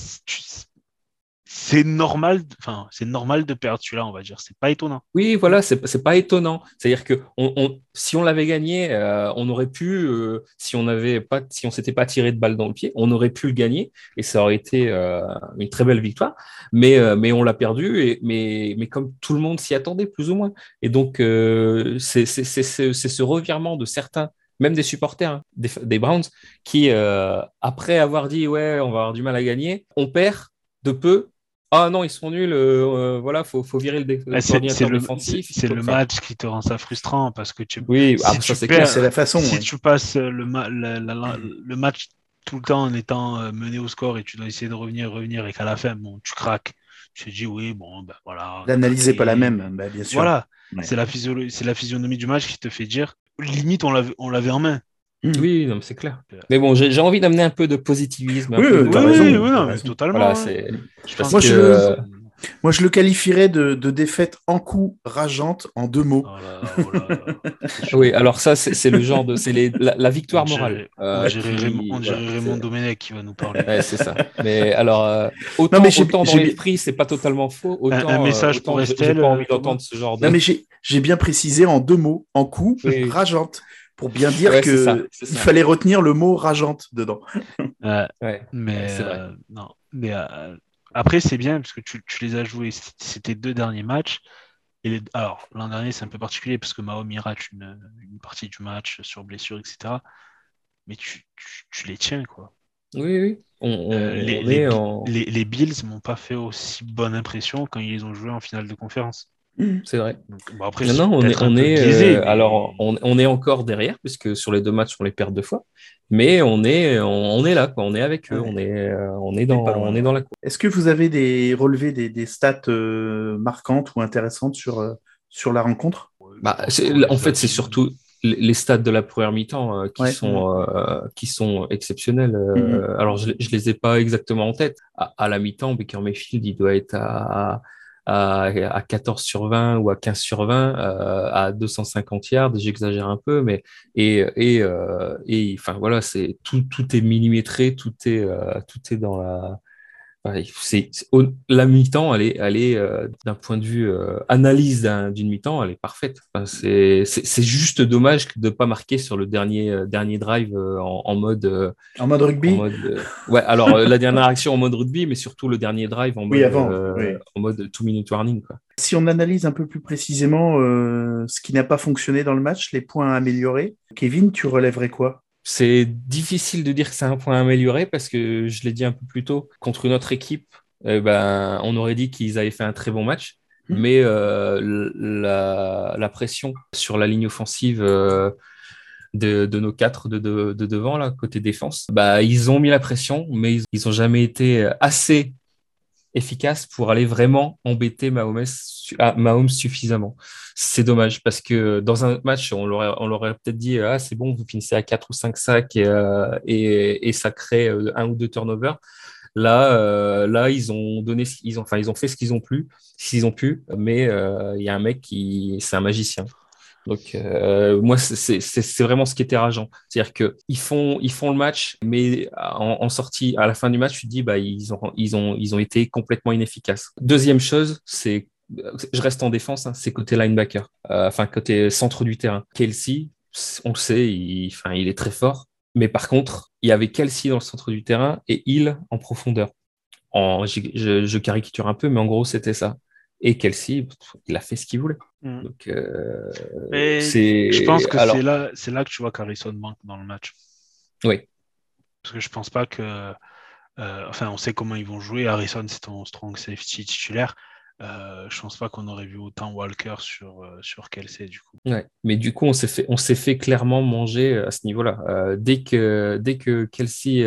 c'est normal de perdre celui-là, on va dire. C'est pas étonnant. Oui, voilà, c'est pas étonnant. C'est-à-dire que si on l'avait gagné, on aurait pu, si on s'était pas tiré de balle dans le pied, on aurait pu le gagner et ça aurait été une très belle victoire. Mais on l'a perdu, mais comme tout le monde s'y attendait, plus ou moins. Et donc, c'est ce revirement de certains, même des supporters des Browns, qui, après avoir dit, ouais, on va avoir du mal à gagner, on perd de peu. Ah non, ils sont nuls, voilà, faut virer le coordinateur défensif. C'est le match qui te rend ça frustrant parce que oui, c'est clair, c'est la façon. Si tu passes le match tout le temps en étant mené au score et tu dois essayer de revenir et qu'à la fin, bon, tu craques. Tu te dis, oui, bon, ben voilà. L'analyse n'est pas la même, ben, bien sûr. Voilà, c'est la physionomie du match qui te fait dire, limite, on l'avait en main. Oui, non, mais c'est clair. Mais bon, j'ai envie d'amener un peu de positivisme. Oui, t'as raison. Mais totalement. Voilà, Moi, je le qualifierais de défaite en coup rageante en 2 mots. Oui, alors ça, c'est le genre de... C'est la victoire morale. On dirait Raymond Domenech qui va nous parler. Ouais, c'est ça. Mais alors, autant dans l'esprit, c'est pas totalement faux. Autant, un message pour Estelle. J'ai pas envie d'entendre ce genre de... Non, mais j'ai bien précisé en 2 mots, en coup, rageante. Pour bien dire qu'il fallait retenir le mot rageante dedans. Mais c'est vrai. Non. Mais après, c'est bien parce que tu les as joués. C'était 2 derniers matchs. Alors, l'an dernier, c'est un peu particulier parce que Mahomes il rate une partie du match sur blessure, etc. Mais tu les tiens, quoi. Oui. Les Bills m'ont pas fait aussi bonne impression quand ils les ont joués en finale de conférence. C'est vrai. Donc, bon, après, on est encore derrière puisque sur les 2 matchs on les perd 2 fois, mais on est là, quoi. On est avec eux, on est dans la cour. Est-ce que vous avez relevé des stats marquantes ou intéressantes sur la rencontre? En fait, c'est surtout les stats de la première mi-temps qui sont exceptionnels. Alors je les ai pas exactement en tête. À la mi-temps, Baker Mayfield il doit être à 14 sur 20 ou à 15 sur 20 à 250 yards, j'exagère un peu, mais enfin voilà, c'est tout est millimétré, tout est dans la... La mi-temps, elle est d'un point de vue analyse d'une mi-temps, elle est parfaite. Enfin, c'est juste dommage de ne pas marquer sur le dernier drive en mode rugby. Ouais, alors la dernière action en mode rugby, mais surtout le dernier drive en mode 2-minute warning, quoi. Si on analyse un peu plus précisément ce qui n'a pas fonctionné dans le match, les points à améliorer, Kevin, tu relèverais quoi? C'est difficile de dire que c'est un point amélioré parce que je l'ai dit un peu plus tôt, contre une autre équipe, on aurait dit qu'ils avaient fait un très bon match, mais la pression sur la ligne offensive de nos 4 de devant, là, côté défense, ils ont mis la pression, mais ils n'ont jamais été assez efficaces pour aller vraiment embêter Mahomes suffisamment. C'est dommage parce que dans un match, on l'aurait peut-être dit c'est bon, vous finissez à 4 ou 5 sacs et ça crée 1 ou 2 turnovers. Là, ils ont fait ce qu'ils ont pu, mais il y a un mec c'est un magicien. Donc moi c'est vraiment ce qui était rageant, c'est-à-dire que ils font le match, mais en sortie à la fin du match tu te dis ils ont été complètement inefficaces. Deuxième chose, c'est je reste en défense, c'est côté linebacker, côté centre du terrain. Kelce, on le sait, il est très fort, mais par contre il y avait Kelce dans le centre du terrain et Hill en profondeur. Je caricature un peu, mais en gros c'était ça. Et Kelce, il a fait ce qu'il voulait. Donc, je pense que c'est là que tu vois qu'Harrison manque dans le match. Oui. Parce que je pense pas que On sait comment ils vont jouer. Harrison, c'est ton strong safety titulaire. Je pense pas qu'on aurait vu autant Walker sur Kelsey, du coup. Ouais. Mais du coup, on s'est fait clairement manger à ce niveau-là. Dès que Kelsey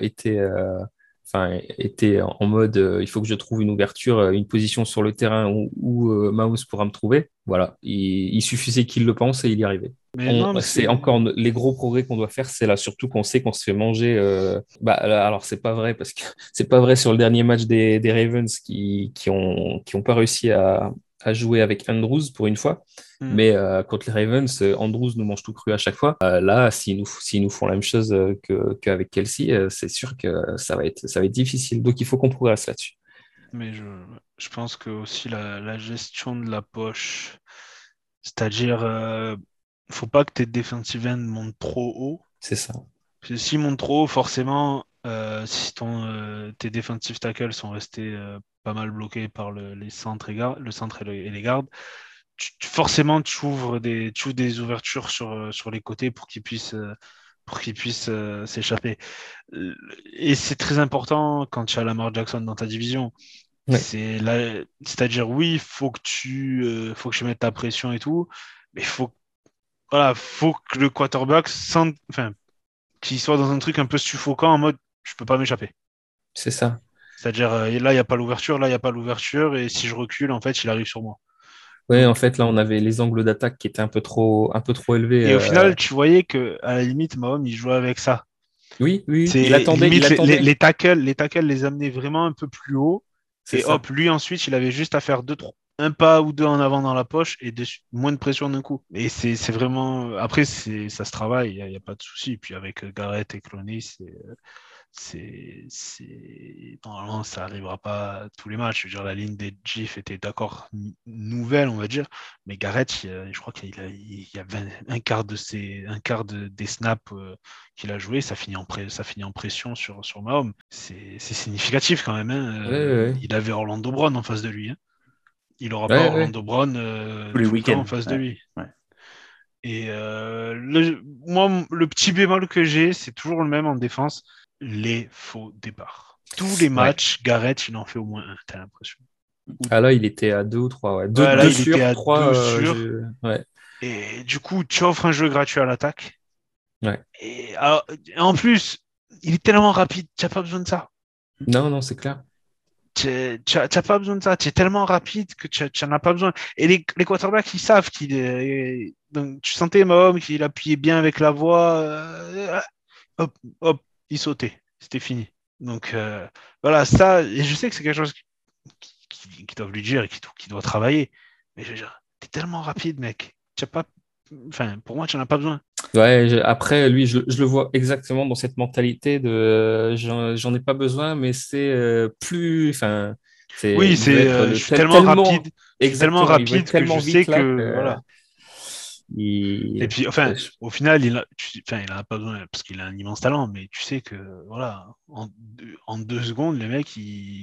était en mode il faut que je trouve une ouverture, une position sur le terrain où Mahomes pourra me trouver, voilà, il suffisait qu'il le pense et il y arrivait. Mais non, mais C'est encore les gros progrès qu'on doit faire, c'est là surtout qu'on sait qu'on se fait manger. Là, alors c'est pas vrai parce que c'est pas vrai sur le dernier match des Ravens qui ont pas réussi à jouer avec Andrews pour une fois. Mais contre les Ravens, Andrews nous mange tout cru à chaque fois. Là, s'ils nous font la même chose qu'avec Kelsey, c'est sûr que ça va être difficile. Donc il faut qu'on progresse là-dessus. Mais je pense que aussi la gestion de la poche, c'est-à-dire, faut pas que tes defensive ends montent trop haut. C'est ça. Parce que s'ils montent trop haut, forcément, si tes defensive tackles sont restés pas mal bloqués par les centres le centre et les gardes, forcément, tu ouvres des ouvertures sur les côtés pour qu'ils puissent s'échapper. Et c'est très important quand tu as Lamar Jackson dans ta division. Ouais. C'est-à-dire, oui, faut que tu mettes ta pression et tout, mais voilà, faut que le quarterback qu'il soit dans un truc un peu suffocant en mode je peux pas m'échapper. C'est ça. C'est-à-dire, là, il n'y a pas l'ouverture, là, il n'y a pas l'ouverture, et si je recule, en fait, il arrive sur moi. Ouais, en Donc, fait, là, on avait les angles d'attaque qui étaient un peu trop élevés. et au final, tu voyais que à la limite, Mahomes, il jouait avec ça. Oui, oui, C'est il attendait, il limite attendait. les tackles les amenaient vraiment un peu plus haut. C'est Et ça. hop, lui ensuite, il avait juste à faire un pas ou deux en avant dans la poche et moins de pression d'un coup. Et c'est vraiment. Après, ça se travaille, il n'y a pas de souci. Puis avec Garrett et Clowney, normalement, ça n'arrivera pas tous les matchs. Je veux dire, la ligne des Chiefs était d'accord nouvelle, on va dire. Mais Garrett, je crois qu'il y a un quart des snaps qu'il a joué, ça finit en pression sur Mahomes. C'est significatif quand même, hein. Ouais, ouais, Il avait Orlando Brown en face de lui, hein. Il n'aura pas ouais, ouais. Orlando Brown tous les tout le temps week-ends. en face de Ouais. lui. Ouais. Et moi, le petit bémol que j'ai, c'est toujours le même en défense, les faux départs. Tous les Ouais. matchs, Garrett, il en fait au moins un, t'as l'impression. Ah là, il était à 2 ou 3. Ouais. Deux, Ouais, là, deux il était sur à 3. deux sur. Ouais. Et du coup, tu offres un jeu gratuit à l'attaque. Ouais. Et en plus, il est tellement rapide, tu n'as pas besoin de ça. Non, non, c'est clair. Tu n'as pas besoin de ça. Tu es tellement rapide que tu n'en as pas besoin. Et les quarterbacks, ils savent qu'il est. Donc, tu sentais Mahomes qu'il appuyait bien avec la voix. Hop, hop, il sautait. C'était fini. Donc, voilà, ça. Et je sais que c'est quelque chose qu'ils doivent lui dire et qu'il doit travailler. Mais je veux dire, t'es tellement rapide, mec. Tu as pas. Enfin, pour moi, tu n'en as pas besoin. Ouais, après, lui, je le vois exactement dans cette mentalité de j'en ai pas besoin, mais c'est plus. Enfin, Oui, il veut être je suis tellement tellement. rapide. Je suis tellement Exactement, il veut être rapide que je tellement sais vite là que. que. Voilà. Et puis, enfin, au final, il en a pas besoin parce qu'il a un immense talent, mais tu sais que, voilà, en 2 secondes, le mec,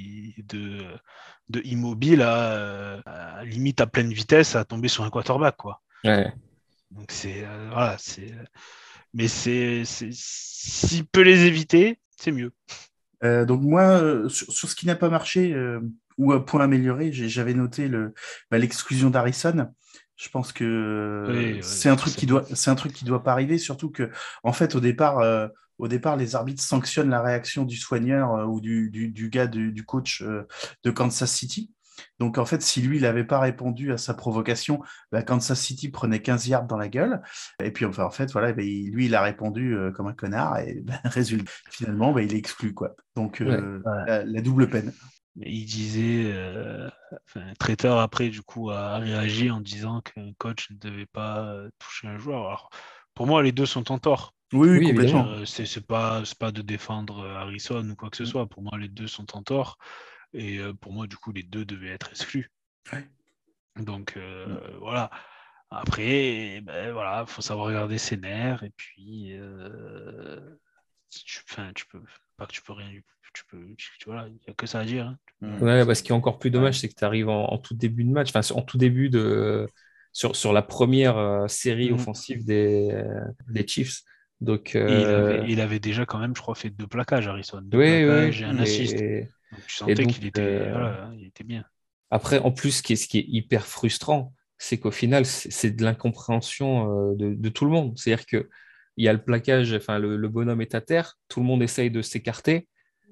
de immobile à limite à pleine vitesse à tomber sur un quarterback, quoi. Ouais. Donc, voilà, mais s'il peut les éviter, c'est mieux. Donc moi, sur ce qui n'a pas marché ou un point amélioré, j'avais noté l'exclusion d'Harrison. Je pense que Oui, c'est un truc qui doit pas arriver, surtout que en fait au départ, les arbitres sanctionnent la réaction du soigneur ou du gars du coach de Kansas City. Donc en fait, si lui, il n'avait pas répondu à sa provocation, Kansas City prenait 15 yards dans la gueule. Et puis enfin, en fait, voilà, lui, il a répondu comme un connard et résultat, finalement, il est exclu, quoi. Donc Ouais. la double peine. Il disait, Traiteur après, du coup, a réagi en disant qu'un coach ne devait pas toucher un joueur. Alors, pour moi, les deux sont en tort. Oui, Oui, complètement. évidemment. C'est pas de défendre Harrison ou quoi que ce soit. Pour moi, les deux sont en tort. Et pour moi, du coup, les deux devaient être exclus. Ouais. Donc, voilà. Après, voilà, faut savoir regarder ses nerfs. Et puis, tu peux pas que tu peux rien. Voilà, il n'y a que ça à dire, hein. Ouais, bah, ce qui est encore plus Ouais. dommage, c'est que tu arrives en tout début de match, enfin, en tout début sur la première série Mm. offensive des Chiefs. Donc, Et il avait déjà quand même, je crois, fait 2 plaquages, Harrison. 2 oui, plaquages oui. et un assist. Donc tu sentais Donc, qu'il était, voilà, il était bien. après, en plus, ce qui est hyper frustrant, c'est qu'au final, c'est de l'incompréhension de tout le monde. C'est-à-dire que il y a le plaquage, enfin, le bonhomme est à terre, tout le monde essaye de s'écarter.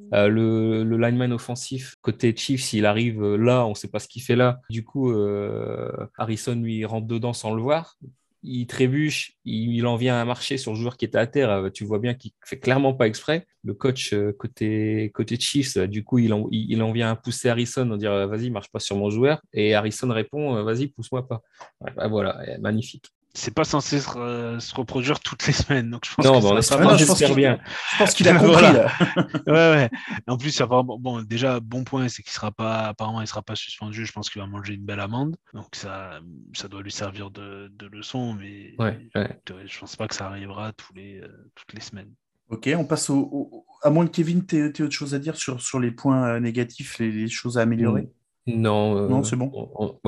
Le lineman offensif côté Chiefs, il arrive là, on ne sait pas ce qu'il fait là. Du coup, Harrison lui rentre dedans sans le voir. Il trébuche, il en vient à marcher sur le joueur qui était à terre. Tu vois bien qu'il fait clairement pas exprès. Le coach côté Chiefs, du coup, il en vient à pousser Harrison, en dire vas-y, marche pas sur mon joueur. Et Harrison répond vas-y, pousse-moi pas. Ouais, bah voilà, magnifique. C'est pas censé se reproduire toutes les semaines, donc je pense Non, que bah, on ça va non, pas. je pense espère bien. Je pense qu'il a compris, Voilà. là. Ouais. En plus, bon, déjà, bon point, c'est qu'il sera pas, apparemment, il sera pas suspendu. Je pense qu'il va manger une belle amende. Donc ça doit lui servir de leçon, mais Ouais. je pense pas que ça arrivera toutes les semaines. Ok, on passe à moins que Kevin, t'aies autre chose à dire sur les points négatifs, les choses à améliorer. Non, Non, c'est bon.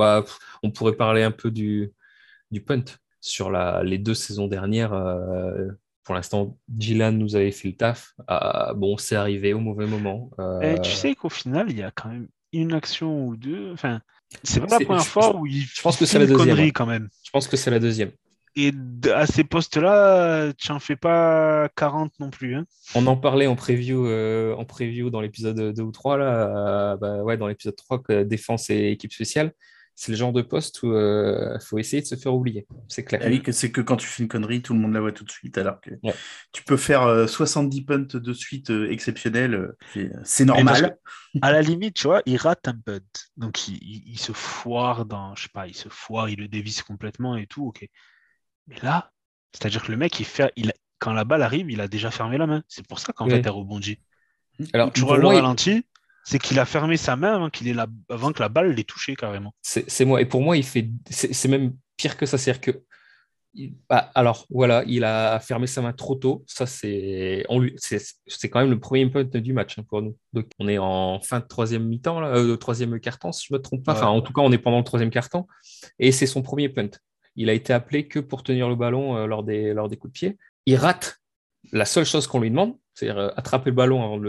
on pourrait parler un peu du punt sur les 2 saisons dernières. Pour l'instant, Gillan nous avait fait le taf. Bon, c'est arrivé au mauvais moment. Et tu sais qu'au final, il y a quand même une action ou deux. Enfin, c'est pas la première fois où il je pense que fait c'est la une deuxième. connerie Ouais. quand même. Je pense que c'est la deuxième. Et à ces postes-là, tu n'en fais pas 40 non plus. Hein. On en parlait en preview dans l'épisode 2 ou 3, là, dans l'épisode 3, défense et équipe spéciale. C'est le genre de poste où il faut essayer de se faire oublier. C'est clair. Ah oui, c'est que quand tu fais une connerie, tout le monde la voit tout de suite, alors que Ouais. tu peux faire 70 punts de suite exceptionnels, c'est normal. À la limite, tu vois, il rate un punt. Donc, il se foire je sais pas, il le dévisse complètement et tout, ok. Mais là, c'est-à-dire que le mec, quand la balle arrive, il a déjà fermé la main. C'est pour ça qu'en fait, elle rebondit. Alors, Tu vois le ralenti, c'est qu'il a fermé sa main avant que la balle l'ait touché carrément. C'est moi. Et pour moi, c'est même pire que ça. C'est-à-dire que alors voilà, il a fermé sa main trop tôt. Ça, c'est quand même le premier punt du match pour nous. Donc, on est en fin de troisième mi-temps, troisième quart-temps, si je ne me trompe pas. Enfin, en tout cas, on est pendant le troisième quart-temps. Et c'est son premier punt. Il a été appelé que pour tenir le ballon lors des coups de pied. Il rate la seule chose qu'on lui demande, c'est-à-dire attraper le ballon avant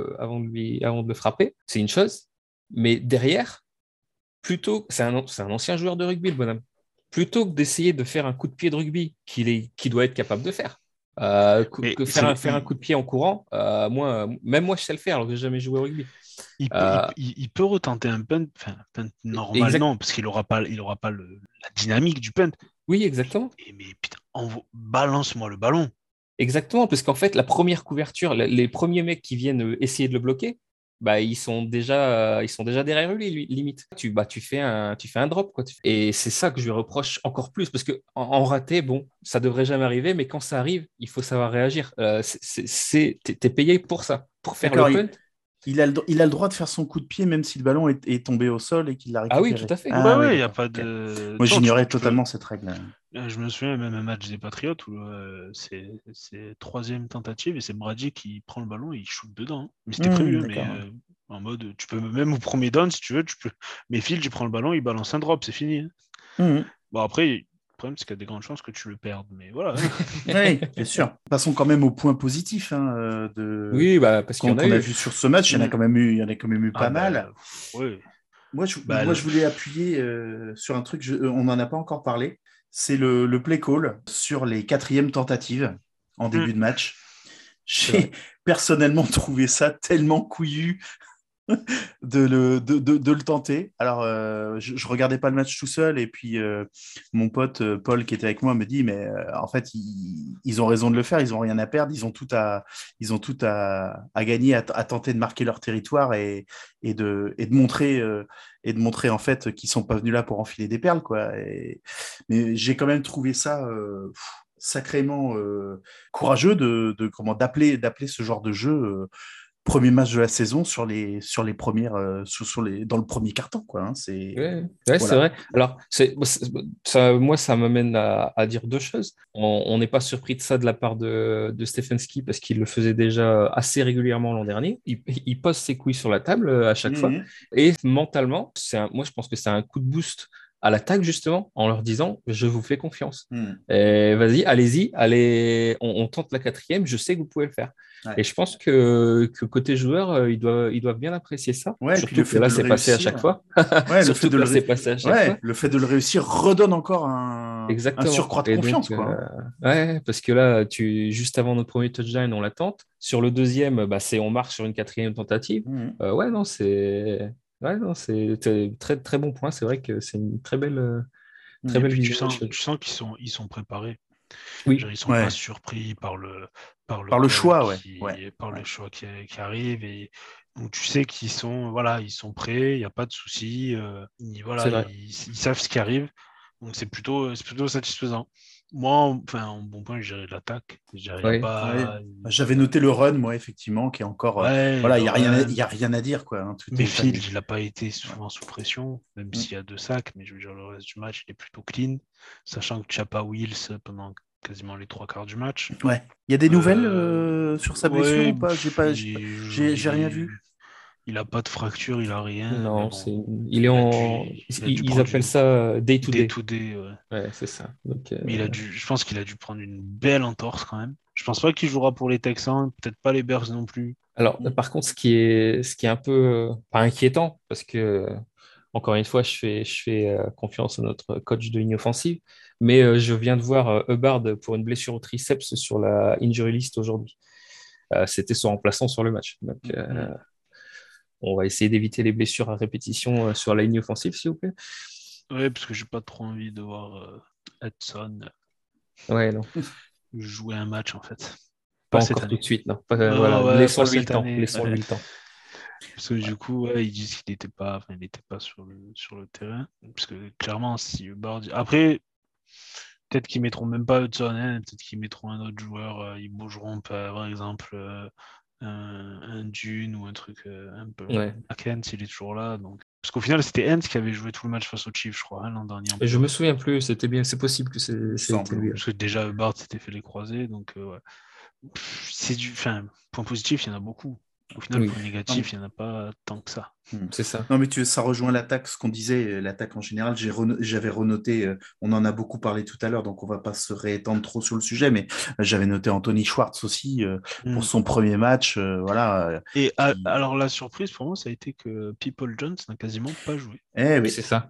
de le frapper. C'est une chose. Mais derrière, c'est un ancien joueur de rugby, le bonhomme. Plutôt que d'essayer de faire un coup de pied de rugby qu'il doit être capable de faire, faire un coup de pied en courant, même moi, je sais le faire alors que je n'ai jamais joué au rugby. Il peut retenter un punt, normal, non, parce qu'il n'aura pas la dynamique du punt. Oui, exactement. Mais putain, balance-moi le ballon. Exactement, parce qu'en fait, la première couverture, les premiers mecs qui viennent essayer de le bloquer, ils sont déjà derrière lui, limite. Tu fais un drop, quoi. Et c'est ça que je lui reproche encore plus, parce que en raté, bon, ça devrait jamais arriver, mais quand ça arrive, il faut savoir réagir. T'es payé pour ça, pour faire le punt. Il a le droit de faire son coup de pied même si le ballon est tombé au sol et qu'il l'a récupéré. Ah oui, tout à fait. Il n'y a pas de... Moi, j'ignorais totalement cette règle. Je me souviens même un match des Patriots où c'est troisième tentative et c'est Brady qui prend le ballon et il shoot dedans. Mais c'était prévu, mais en mode, tu peux même au premier down si tu veux, mais Phil, tu prends le ballon, il balance un drop, c'est fini. Bon, après, le problème, c'est qu'il y a des grandes chances que tu le perdes, mais voilà. Oui, bien sûr. Passons quand même au point positif. Oui, parce qu'on a vu sur ce match, il y en a quand même eu pas mal. Oui. Moi, je voulais appuyer sur un truc, on n'en a pas encore parlé, c'est le play call sur les 4e tentatives en début de match. J'ai personnellement trouvé ça tellement couillu de le tenter. Alors, je regardais pas le match tout seul et puis mon pote Paul qui était avec moi me dit mais en fait ils ont raison de le faire, ils ont rien à perdre, ils ont tout à gagner à tenter de marquer leur territoire et de montrer en fait qu'ils sont pas venus là pour enfiler des perles quoi. Mais j'ai quand même trouvé ça sacrément courageux d'appeler ce genre de jeu premier match de la saison sur les premières dans le premier carton quoi. Hein, c'est c'est vrai. Alors ça m'amène à dire deux choses. On n'est pas surpris de ça de la part de Stefanski parce qu'il le faisait déjà assez régulièrement l'an dernier. Il pose ses couilles sur la table à chaque fois et mentalement moi je pense que c'est un coup de boost à l'attaque, justement, en leur disant, je vous fais confiance. Et vas-y, allez-y, on tente la 4e, je sais que vous pouvez le faire. Ouais. Et je pense que côté joueur, ils doivent bien apprécier ça. Ouais, surtout que là, c'est passé à chaque fois. Ouais, surtout que là, c'est passé à chaque fois. Le fait de le réussir redonne encore un surcroît de confiance. Donc, quoi. Ouais, parce que là, juste avant notre premier touchdown, on la tente. Sur le deuxième, on marche sur une 4e tentative. C'est très, très bon point. C'est vrai que c'est une très belle vision. Tu sens qu'ils sont préparés. Oui. Genre, ils sont pas surpris par le choix, par le choix qui arrive. Et donc tu sais qu'ils sont ils sont prêts. Il n'y a pas de souci. Ils savent ce qui arrive. Donc c'est plutôt satisfaisant. Moi, en bon point, je dirais l'attaque. J'avais noté le run, moi, effectivement, qui est encore. Il n'y a rien à dire, quoi. Mayfield, il n'a pas été souvent sous pression, même s'il y a 2 sacs, mais je veux dire, le reste du match, il est plutôt clean, sachant que tu n'as pas Wills pendant quasiment les 3/4 du match. Ouais. Il y a des nouvelles sur sa blessure ou pas? J'ai rien vu. Il n'a pas de fracture, il n'a rien. Non, ils appellent ça day to day. Day to day, ouais, c'est ça. Donc, mais je pense qu'il a dû prendre une belle entorse quand même. Je pense pas qu'il jouera pour les Texans, peut-être pas les Bears non plus. Alors, par contre, ce qui est un peu pas inquiétant, parce que encore une fois, je fais confiance à notre coach de ligne offensive, mais je viens de voir Hubbard pour une blessure au triceps sur la injury list aujourd'hui. C'était son remplaçant sur le match. Donc, on va essayer d'éviter les blessures à répétition sur la ligne offensive, s'il vous plaît. Oui, parce que j'ai pas trop envie de voir Hudson jouer un match, en fait. Pas encore tout de suite, non. Laissons-lui le temps. Parce que du coup, ils disent qu'il n'était pas sur le terrain. Parce que clairement, si Hubbard... Après, peut-être qu'ils mettront même pas Hudson, peut-être qu'ils mettront un autre joueur. Ils bougeront, par exemple... un Dune ou un truc un peu Hens, il est toujours là. Donc... Parce qu'au final, c'était Hens qui avait joué tout le match face aux Chiefs, je crois, l'an dernier. Et je me souviens plus, c'était bien, c'est possible que c'était lui. Parce que déjà, Hubbard s'était fait les croisés, donc c'est point positif, il y en a beaucoup. Au final, point négatif, il n'y en a pas tant que ça. C'est ça. Non, mais ça rejoint l'attaque, ce qu'on disait, l'attaque en général. J'avais renoté, on en a beaucoup parlé tout à l'heure, donc on ne va pas se réétendre trop sur le sujet, mais j'avais noté Anthony Schwartz aussi pour son premier match. Et alors, la surprise pour moi, ça a été que People Jones n'a quasiment pas joué. Oui, c'est ça.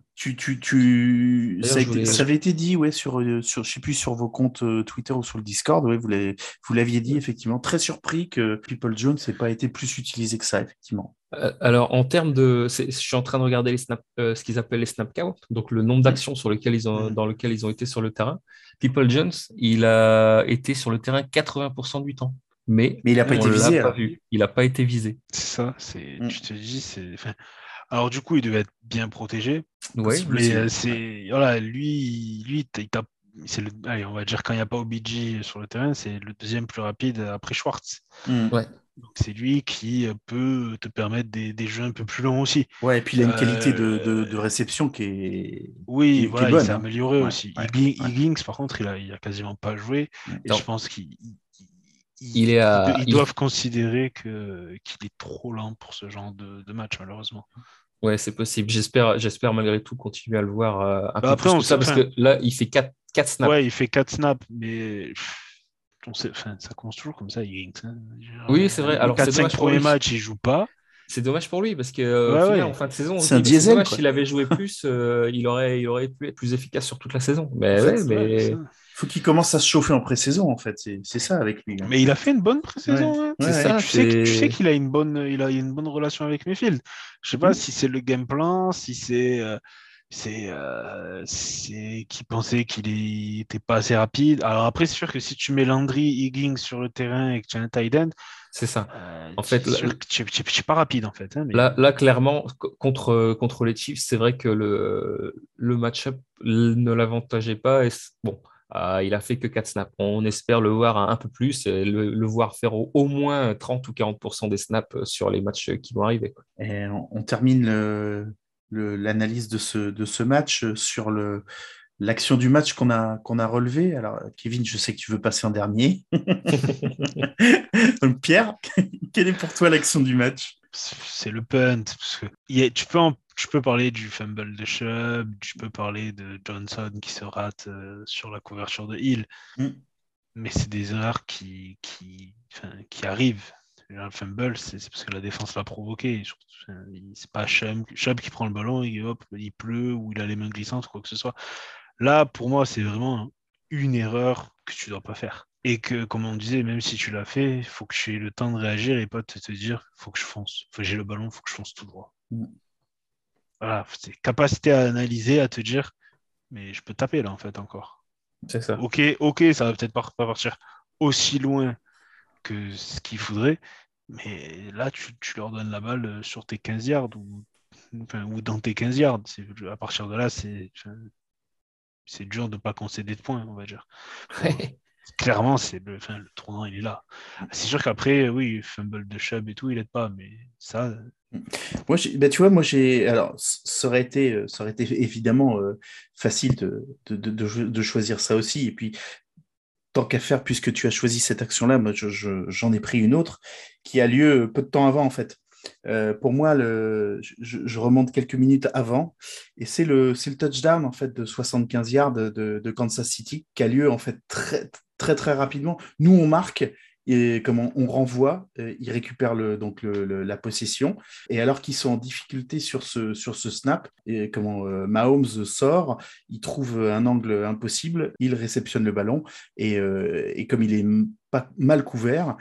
Ça avait été dit, je sais plus sur vos comptes Twitter ou sur le Discord, vous l'aviez dit effectivement, très surpris que People Jones n'ait pas été plus utilisé que ça, effectivement. Alors, en termes je suis en train de regarder ce qu'ils appellent les snap counts, donc le nombre d'actions dans lequel ils ont été sur le terrain. People Jones, il a été sur le terrain 80% du temps. Mais il n'a pas été visé. Il n'a pas été visé. C'est ça, tu te dis, alors du coup, il devait être bien protégé. Oui, mais lui, allez, on va dire quand il n'y a pas OBJ sur le terrain, c'est le deuxième plus rapide après Schwartz. Ouais. Donc c'est lui qui peut te permettre des jeux un peu plus longs aussi. Ouais, et puis il a une qualité de réception qui est oui, qui est bonne, il s'est amélioré aussi. Higgins, par contre, il a quasiment pas joué. Et je pense qu'ils doivent considérer qu'il est trop lent pour ce genre de match, malheureusement. Ouais, c'est possible. J'espère malgré tout continuer à le voir un peu après, plus que ça, parce que là, il fait 4 snaps. Ouais, il fait 4 snaps, mais ça commence toujours comme ça, Higgins. Oui, c'est vrai. Alors, 4-5 premiers matchs, il joue pas. C'est dommage pour lui, parce que en fin de saison, c'est un diesel. Dommage, s'il avait joué plus, il aurait pu être plus efficace sur toute la saison. Mais faut qu'il commence à se chauffer en pré-saison, en fait. C'est ça avec lui. Mais il a fait une bonne pré-saison. C'est ça. Tu sais qu'il a une bonne relation avec Mayfield. Je sais pas si c'est le game plan, si c'est qui pensait qu'il était pas assez rapide. Alors après, c'est sûr que si tu mets Landry, Higgins sur le terrain et que tu as un tight end, c'est ça. En fait, tu n'es pas rapide en fait. Mais... Là, clairement, contre les Chiefs, c'est vrai que le match-up ne l'avantageait pas. Il a fait que 4 snaps. On espère le voir un peu plus, le voir faire au moins 30 ou 40% des snaps sur les matchs qui vont arriver. Et on termine l'analyse de ce match sur l'action du match qu'on a relevé. Alors, Kevin, je sais que tu veux passer en dernier. Donc, Pierre, quelle est pour toi l'action du match? C'est le punt. Parce que tu peux parler du fumble de Chubb, tu peux parler de Johnson qui se rate sur la couverture de Hill, mais c'est des erreurs qui arrivent. Un fumble, c'est parce que la défense l'a provoqué. C'est pas Chubb qui prend le ballon et hop, il pleut ou il a les mains glissantes, quoi que ce soit. Là, pour moi, c'est vraiment une erreur que tu dois pas faire. Et que, comme on disait, même si tu l'as fait, il faut que tu aies le temps de réagir et pas de te dire, il faut que je fonce. J'ai le ballon, il faut que je fonce tout droit. Voilà, c'est capacité à analyser, à te dire, mais je peux taper là, en fait, encore. C'est ça. Ok, ça va peut-être pas partir aussi loin que ce qu'il faudrait, mais là, tu leur donnes la balle sur tes 15 yards ou dans tes 15 yards. À partir de là, c'est dur de ne pas concéder de points, on va dire. Clairement, le tournant, il est là. C'est sûr qu'après, oui, fumble de Chubb et tout, il n'aide pas, mais ça. Moi, alors, ça aurait été évidemment facile de choisir ça aussi. Et puis, tant qu'à faire, puisque tu as choisi cette action-là, moi, j'en ai pris une autre qui a lieu peu de temps avant, en fait. Pour moi, je remonte quelques minutes avant, et c'est le touchdown en fait de 75 yards de Kansas City qui a lieu en fait très très très rapidement. Nous, on marque. Et comment on renvoie, ils récupèrent la possession. Et alors qu'ils sont en difficulté sur ce snap, et comment Mahomes sort, il trouve un angle impossible, il réceptionne le ballon et comme il est pas mal couvert,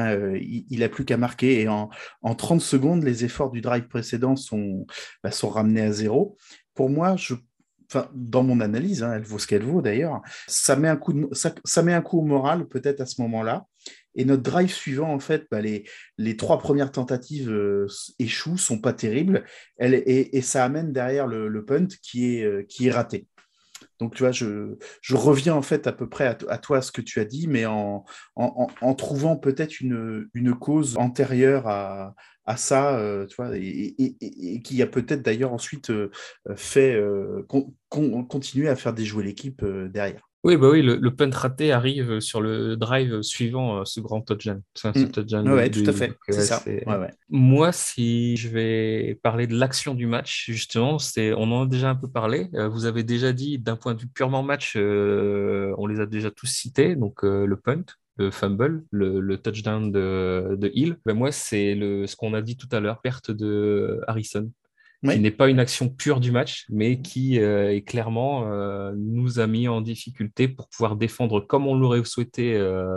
il a plus qu'à marquer. Et en 30 secondes, les efforts du drive précédent sont ramenés à zéro. Pour moi, dans mon analyse, hein, elle vaut ce qu'elle vaut d'ailleurs, ça met un coup au moral peut-être à ce moment-là. Et notre drive suivant, en fait, les 3 premières tentatives échouent, sont pas terribles, et ça amène derrière le punt qui est raté. Donc, tu vois, je reviens en fait à peu près à toi, ce que tu as dit, mais en trouvant peut-être une cause antérieure à ça, tu vois, et qui a peut-être d'ailleurs ensuite fait continuer à faire déjouer l'équipe derrière. Oui, bah oui, le punt raté arrive sur le drive suivant ce grand touchdown. Ce touchdown Ouais, tout à Hill. fait, Donc, c'est ça. Ouais. Moi, si je vais parler de l'action du match, justement, on en a déjà un peu parlé. Vous avez déjà dit, d'un point de vue purement match, on les a déjà tous cités. Donc, le punt, le fumble, le touchdown de Hill. Ben, moi, c'est ce qu'on a dit tout à l'heure, perte de Harrison, qui n'est pas une action pure du match, mais qui est clairement nous a mis en difficulté pour pouvoir défendre comme on l'aurait souhaité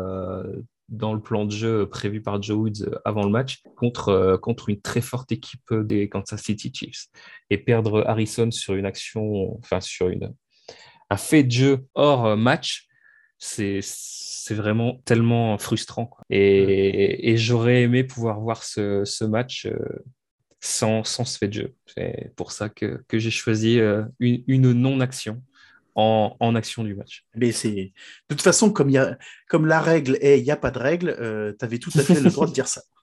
dans le plan de jeu prévu par Joe Woods avant le match contre une très forte équipe des Kansas City Chiefs. Et perdre Harrison sur une action, enfin sur un fait de jeu hors match, c'est vraiment tellement frustrant, quoi. Et j'aurais aimé pouvoir voir ce match sans ce fait de jeu. C'est pour ça que j'ai choisi une non-action en action du match. Mais de toute façon, comme la règle est il n'y a pas de règle, tu avais tout à fait le droit de dire ça.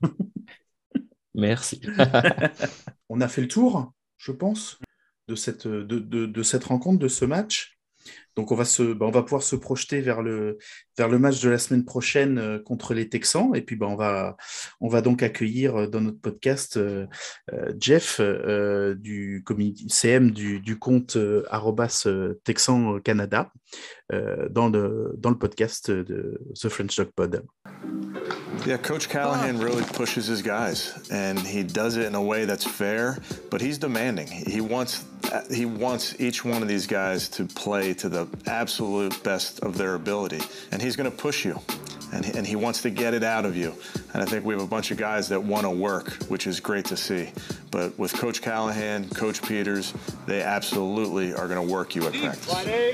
Merci. On a fait le tour, je pense, de cette rencontre, de ce match. Donc, on va pouvoir se projeter vers le match de la semaine prochaine contre les Texans. Et puis, on va donc accueillir dans notre podcast Jeff du CM du compte @Texan Canada dans le podcast de The French Dog Pod. Yeah, Coach Callahan really pushes his guys, and he does it in a way that's fair, but he's demanding. He wants each one of these guys to play to the absolute best of their ability, and he's going to push you, and he wants to get it out of you. And I think we have a bunch of guys that want to work, which is great to see. But with Coach Callahan, Coach Peters, they absolutely are going to work you at practice.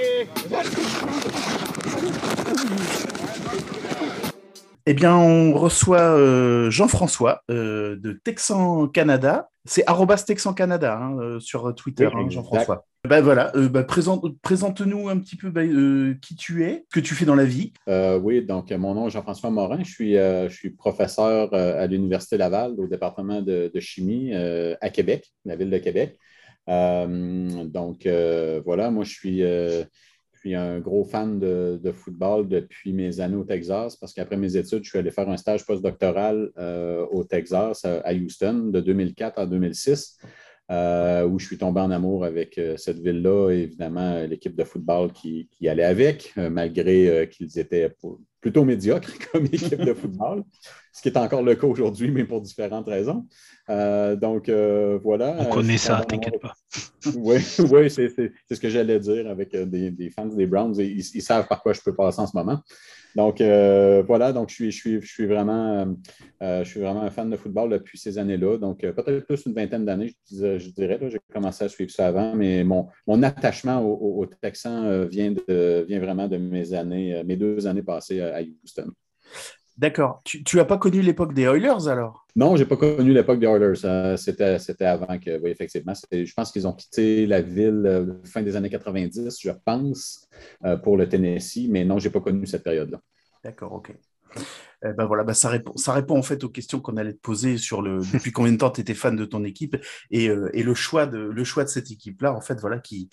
Eh bien, on reçoit Jean-François de Texan Canada. C'est @Texan Canada sur Twitter, oui, Jean-François. Voilà, présente-nous un petit peu qui tu es, ce que tu fais dans la vie. Oui, donc mon nom est Jean-François Morin. Je suis professeur à l'Université Laval au département de chimie à Québec, la ville de Québec. Donc, voilà, moi, je suis un gros fan de football depuis mes années au Texas, parce qu'après mes études, je suis allé faire un stage postdoctoral au Texas, à Houston, de 2004 à 2006. où je suis tombé en amour avec cette ville-là et évidemment l'équipe de football qui allait avec, malgré qu'ils étaient plutôt médiocres comme équipe de football, ce qui est encore le cas aujourd'hui, mais pour différentes raisons. Donc, voilà. On connaît ça, t'inquiète pas. Oui, c'est ce que j'allais dire avec des fans des Browns. Ils savent par quoi je peux passer en ce moment. Donc, voilà. Donc, je suis vraiment un fan de football depuis ces années-là. Donc, peut-être plus une vingtaine d'années, je dirais. Là, j'ai commencé à suivre ça avant, mais mon attachement au Texans vient vraiment de mes 2 années passées à Houston. D'accord. Tu n'as pas connu l'époque des Oilers alors? Non, je n'ai pas connu l'époque des Oilers. C'était avant que, oui, effectivement. Je pense qu'ils ont quitté la ville fin des années 90, je pense, pour le Tennessee, mais non, je n'ai pas connu cette période-là. D'accord, OK. Ben voilà, ça répond en fait aux questions qu'on allait te poser sur depuis combien de temps tu étais fan de ton équipe et le choix de cette équipe-là, en fait, voilà, qui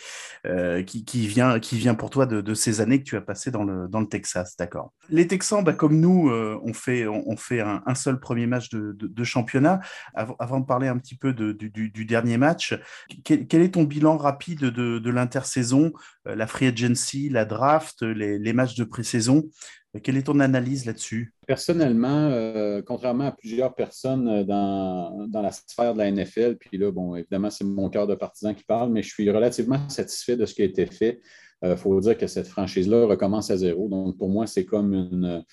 vient pour toi de ces années que tu as passées dans le Texas, d'accord. Les Texans, comme nous, on fait un seul premier match de championnat. Avant de parler un petit peu du dernier match, quel est ton bilan rapide de l'intersaison, la free agency, la draft, les matchs de pré-saison? Quelle est ton analyse là-dessus? Personnellement, contrairement à plusieurs personnes dans la sphère de la NFL, puis là, bon, évidemment, c'est mon cœur de partisan qui parle, mais je suis relativement satisfait de ce qui a été fait. Il faut dire que cette franchise-là recommence à zéro. Donc, pour moi, c'est comme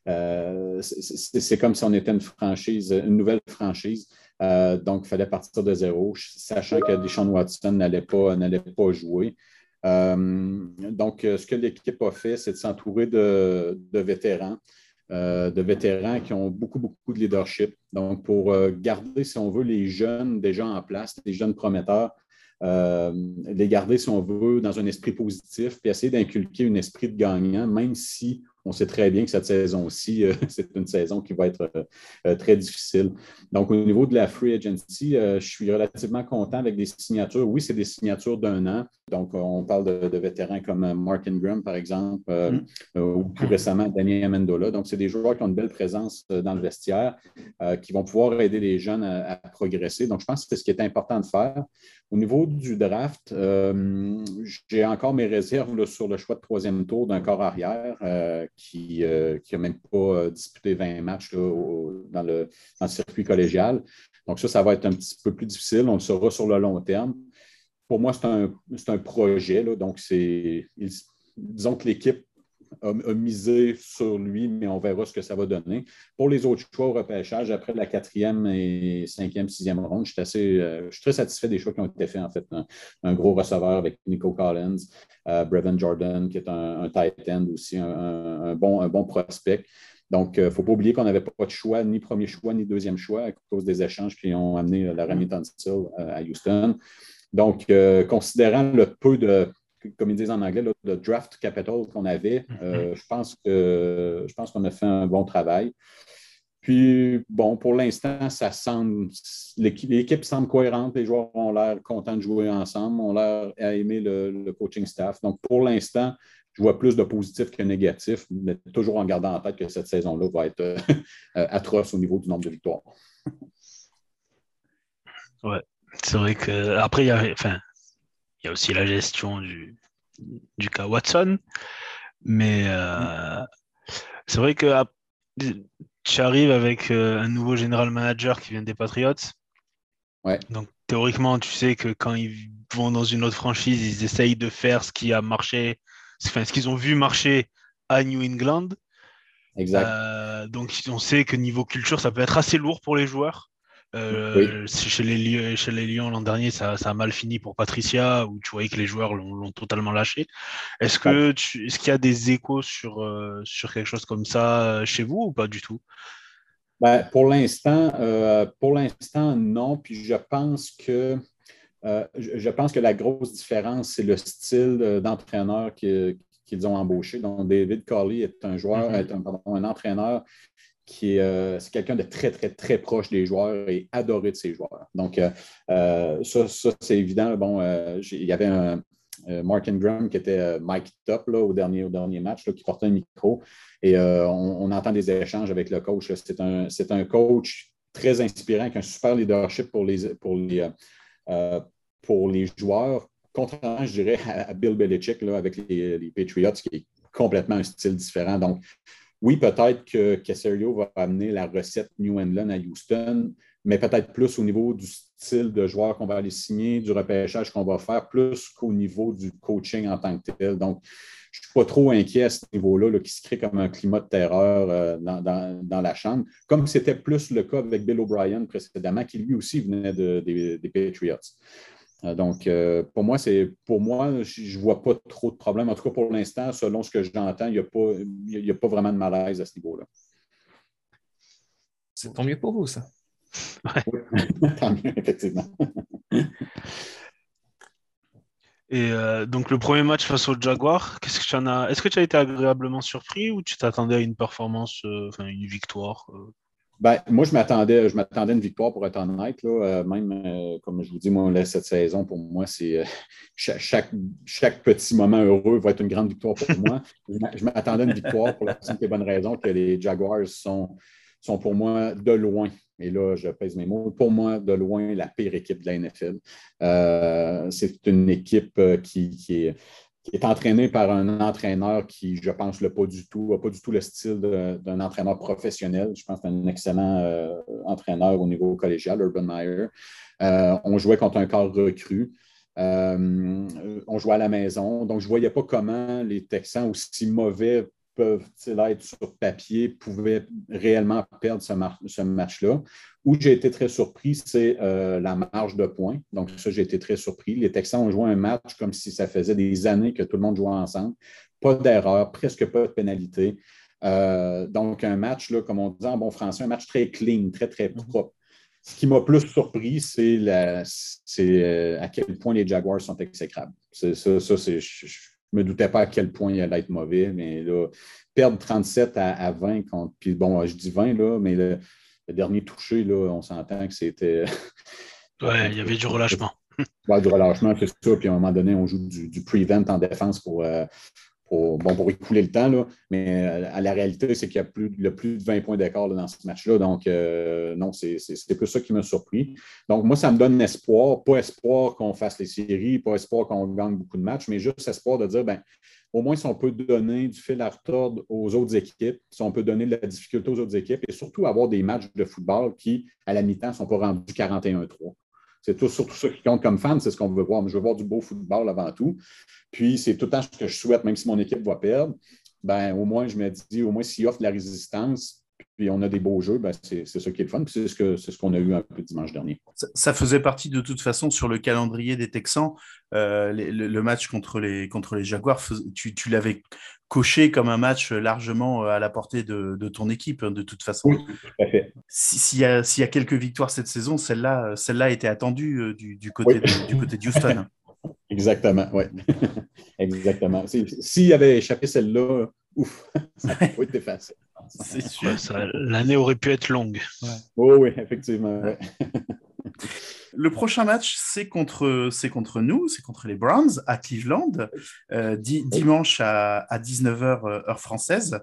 c'est comme si on était une nouvelle franchise. Donc, il fallait partir de zéro, sachant que Deshaun Watson n'allait pas jouer. Donc, ce que l'équipe a fait, c'est de s'entourer de vétérans qui ont beaucoup, beaucoup de leadership. Donc, pour garder, si on veut, les jeunes déjà en place, les jeunes prometteurs, les garder, si on veut, dans un esprit positif, puis essayer d'inculquer un esprit de gagnant, même si on sait très bien que cette saison-ci, c'est une saison qui va être très difficile. Donc, au niveau de la free agency, je suis relativement content avec des signatures. Oui, c'est des signatures d'1 an. Donc, on parle de vétérans comme Mark Ingram, par exemple, ou plus récemment, Danny Amendola. Donc, c'est des joueurs qui ont une belle présence dans le vestiaire, qui vont pouvoir aider les jeunes à progresser. Donc, je pense que c'est ce qui est important de faire. Au niveau du draft, j'ai encore mes réserves là, sur le choix de 3e tour d'un corps arrière qui n'a même pas disputé 20 matchs là, dans le circuit collégial. Donc ça va être un petit peu plus difficile. On le saura sur le long terme. Pour moi, c'est un projet. Là, donc, disons que l'équipe a misé sur lui, mais on verra ce que ça va donner. Pour les autres choix au repêchage, après la 4e et 5e, 6e ronde, je suis très satisfait des choix qui ont été faits, en fait. Un gros receveur avec Nico Collins, Brevin Jordan, qui est un tight end aussi, un bon prospect. Donc, il ne faut pas oublier qu'on n'avait pas de choix, ni premier choix, ni deuxième choix, à cause des échanges qui ont amené Laremy Tunsil à Houston. Donc, considérant le peu de, comme ils disent en anglais, le draft capital qu'on avait, je pense qu'on a fait un bon travail. Puis, bon, pour l'instant, l'équipe semble cohérente. Les joueurs ont l'air contents de jouer ensemble, ont l'air à aimer le coaching staff. Donc, pour l'instant, je vois plus de positif que négatif, mais toujours en gardant en tête que cette saison-là va être atroce au niveau du nombre de victoires. Ouais, c'est vrai que après, il y a aussi la gestion du cas Watson, mais c'est vrai que tu arrives avec un nouveau general manager qui vient des Patriots. Ouais. Donc, théoriquement, tu sais que quand ils vont dans une autre franchise, ils essayent de faire ce qui a marché, ce qu'ils ont vu marcher à New England. Exact. Donc, on sait que niveau culture, ça peut être assez lourd pour les joueurs. Oui. Chez les Lions l'an dernier, ça a mal fini pour Patricia, où tu voyais que les joueurs l'ont totalement lâché. Est-ce qu'il y a des échos sur quelque chose comme ça chez vous ou pas du tout? Ben, pour l'instant, non. Puis je pense que la grosse différence, c'est le style d'entraîneur qu'ils ont embauché. Donc, David Culley est un joueur, un entraîneur c'est quelqu'un de très, très, très proche des joueurs et adoré de ses joueurs. Donc, ça c'est évident. Bon, il y avait un Mark Ingram qui était mic'd up là, au dernier match, là, qui portait un micro. Et on entend des échanges avec le coach. C'est un coach très inspirant, avec un super leadership pour les pour les joueurs, contrairement, je dirais, à Bill Belichick là, avec les Patriots, qui est complètement un style différent. Donc, oui, peut-être que Caserio va amener la recette New England à Houston, mais peut-être plus au niveau du style de joueur qu'on va aller signer, du repêchage qu'on va faire, plus qu'au niveau du coaching en tant que tel. Donc, je ne suis pas trop inquiet à ce niveau-là, là, qui se crée comme un climat de terreur dans la chambre, comme c'était plus le cas avec Bill O'Brien précédemment, qui lui aussi venait des Patriots. Donc, pour moi, je ne vois pas trop de problèmes. En tout cas, pour l'instant, selon ce que j'entends, il n'y a pas vraiment de malaise à ce niveau-là. C'est tant mieux pour vous, ça. Ouais. Tant mieux, effectivement. Et donc, le premier match face aux Jaguars, est-ce que tu as été agréablement surpris ou tu t'attendais à une performance, une victoire Ben, moi, je m'attendais à une victoire, pour être honnête. Là. Même, comme je vous dis, moi, cette saison, pour moi, c'est chaque petit moment heureux va être une grande victoire pour moi. Je m'attendais à une victoire pour la simple et bonne raison que les Jaguars sont pour moi de loin, et là, je pèse mes mots, pour moi, de loin, la pire équipe de la NFL. C'est une équipe qui est entraîné par un entraîneur qui, je pense, n'a pas du tout le style d'un entraîneur professionnel. Je pense que c'est un excellent entraîneur au niveau collégial, Urban Meyer. On jouait contre un corps recru. On jouait à la maison. Donc, je ne voyais pas comment les Texans, aussi mauvais peuvent-ils être sur papier, pouvaient réellement perdre ce match-là. Où j'ai été très surpris, c'est la marge de points. Donc, ça, j'ai été très surpris. Les Texans ont joué un match comme si ça faisait des années que tout le monde jouait ensemble. Pas d'erreur, presque pas de pénalité. Donc, un match, là, comme on dit en bon français, un match très clean, très, très propre. Ce qui m'a plus surpris, c'est à quel point les Jaguars sont exécrables. Je ne me doutais pas à quel point il allait être mauvais, mais là, perdre 37 à 20 contre. Puis bon, je dis 20, là, mais le dernier touché, là, on s'entend que c'était. Ouais, il y avait du relâchement. Ouais, du relâchement, c'est ça. Puis à un moment donné, on joue du prevent en défense pour écouler le temps. Là. Mais à la réalité, c'est qu'il y a plus de 20 points d'écart dans ce match-là. Donc, non, c'était plus ça qui m'a surpris. Donc, moi, ça me donne espoir. Pas espoir qu'on fasse les séries, pas espoir qu'on gagne beaucoup de matchs, mais juste espoir de dire, au moins, si on peut donner du fil à retordre aux autres équipes, si on peut donner de la difficulté aux autres équipes et surtout avoir des matchs de football qui, à la mi-temps, ne sont pas rendus 41-3. C'est surtout ça qui compte comme fan, c'est ce qu'on veut voir. Je veux voir du beau football avant tout. Puis, c'est tout le temps ce que je souhaite, même si mon équipe va perdre. Au moins, je me dis, au moins, s'il offre de la résistance, puis on a des beaux jeux, c'est ça qui est le fun. Puis c'est ce qu'on a eu un peu dimanche dernier. Ça faisait partie de toute façon sur le calendrier des Texans. Le match contre les Jaguars, tu l'avais coché comme un match largement à la portée de ton équipe, de toute façon. Oui, tout à fait. S'il y a quelques victoires cette saison, celle-là était attendue du côté de Houston. Exactement, oui. Exactement. S'il avait échappé celle-là, ouf, ça n'a pas été facile. C'est sûr. L'année aurait pu être longue. Ouais. Oh, oui, effectivement. Ouais. Le prochain match, c'est contre nous, c'est contre les Browns à Cleveland, dimanche à 19h heure française,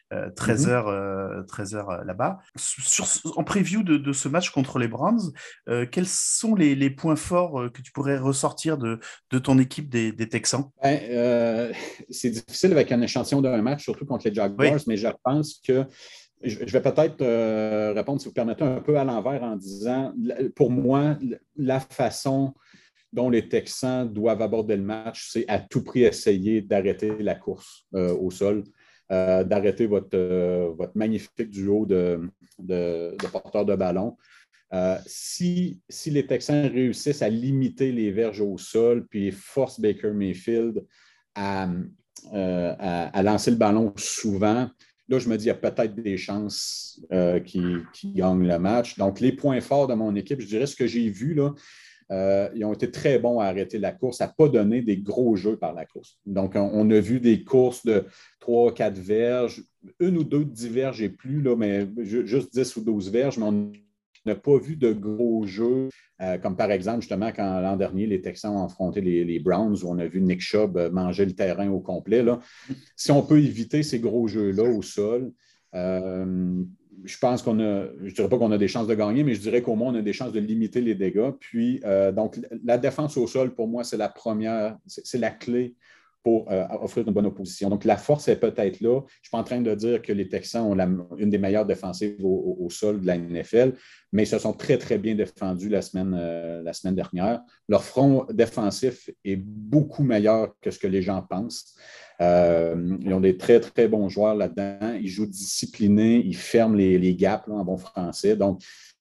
13h là-bas. En preview de ce match contre les Browns, quels sont les points forts que tu pourrais ressortir de ton équipe des Texans? C'est difficile avec un échantillon d'un match, surtout contre les Jaguars, oui. Mais je pense que je vais peut-être répondre, si vous permettez, un peu à l'envers en disant, pour moi, la façon dont les Texans doivent aborder le match, c'est à tout prix essayer d'arrêter la course au sol, d'arrêter votre magnifique duo de porteurs de ballon. Si les Texans réussissent à limiter les verges au sol, puis forcent Baker Mayfield à lancer le ballon souvent, là, je me dis, il y a peut-être des chances qu'ils gagnent le match. Donc, les points forts de mon équipe, je dirais ce que j'ai vu, là, ils ont été très bons à arrêter la course, à ne pas donner des gros jeux par la course. Donc, on a vu des courses de 3-4 verges, 1 ou 2 de 10 verges et plus, là, mais juste 10 ou 12 verges, mais on n'a pas vu de gros jeux, comme par exemple, justement, quand l'an dernier, les Texans ont affronté les Browns, où on a vu Nick Chubb manger le terrain au complet. Là. Si on peut éviter ces gros jeux-là au sol, je pense je ne dirais pas qu'on a des chances de gagner, mais je dirais qu'au moins, on a des chances de limiter les dégâts. Puis, donc, la défense au sol, pour moi, c'est la première, c'est la clé pour offrir une bonne opposition. Donc, la force est peut-être là. Je ne suis pas en train de dire que les Texans ont une des meilleures défensives au sol de la NFL, mais ils se sont très, très bien défendus la semaine dernière. Leur front défensif est beaucoup meilleur que ce que les gens pensent. Ils ont des très, très bons joueurs là-dedans. Ils jouent disciplinés, ils ferment les gaps là, en bon français. Donc,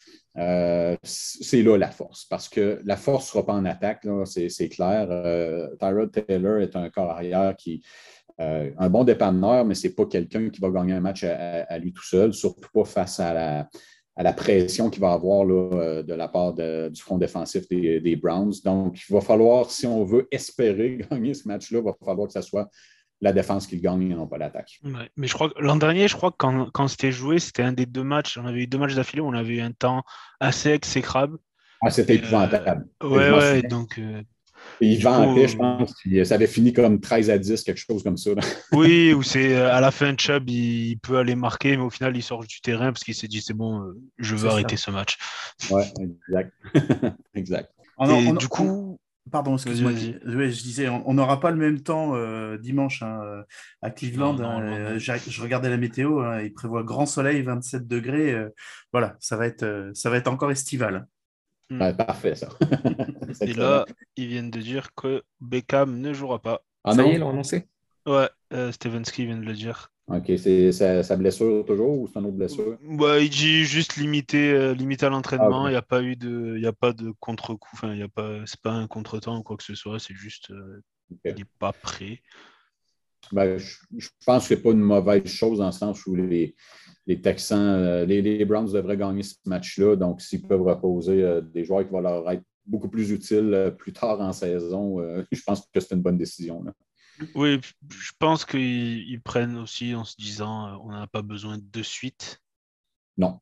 c'est là la force, parce que la force ne sera pas en attaque, là, c'est clair. Tyrod Taylor est un corps arrière qui un bon dépanneur, mais ce n'est pas quelqu'un qui va gagner un match à lui tout seul, surtout pas face à la pression qu'il va avoir là, de la part du front défensif des Browns. Donc, il va falloir, si on veut espérer gagner ce match-là, il va falloir que ce soit la défense qui le gagne et non pas l'attaque. Ouais, mais je crois que l'an dernier, quand c'était joué, c'était un des 2 matchs. On avait eu 2 matchs d'affilée où on avait eu un temps assez exécrable. Ah, c'était épouvantable. Ouais, donc. Et Yvan en paix, je pense, ça avait fini comme 13-10, quelque chose comme ça. Là. Oui, où c'est à la fin, Chubb, il peut aller marquer, mais au final, il sort du terrain parce qu'il s'est dit c'est bon, je veux arrêter ce match. Ouais, exact. Exact. Et du coup. Pardon, excuse-moi. Je disais, on n'aura pas le même temps dimanche à Cleveland. Non. Je regardais la météo, il prévoit grand soleil, 27 degrés. Voilà, ça va être encore estival. Ouais, parfait, ça. Et là, ils viennent de dire que Beckham ne jouera pas. Ça y est, ils l'ont annoncé? Ouais, Stefanski vient de le dire. OK, c'est sa blessure toujours ou c'est une autre blessure? Bah, il dit juste limité à l'entraînement. Okay. Il n'y a pas de contre-coup. Enfin, c'est pas un contre-temps ou quoi que ce soit. C'est juste il n'est pas prêt. Ben, je pense que ce n'est pas une mauvaise chose dans le sens où les Texans, les Browns devraient gagner ce match-là. Donc, s'ils peuvent reposer des joueurs qui vont leur être beaucoup plus utiles plus tard en saison, je pense que c'est une bonne décision. Là. Oui, je pense qu'ils prennent aussi en se disant on n'a pas besoin de suite. Non.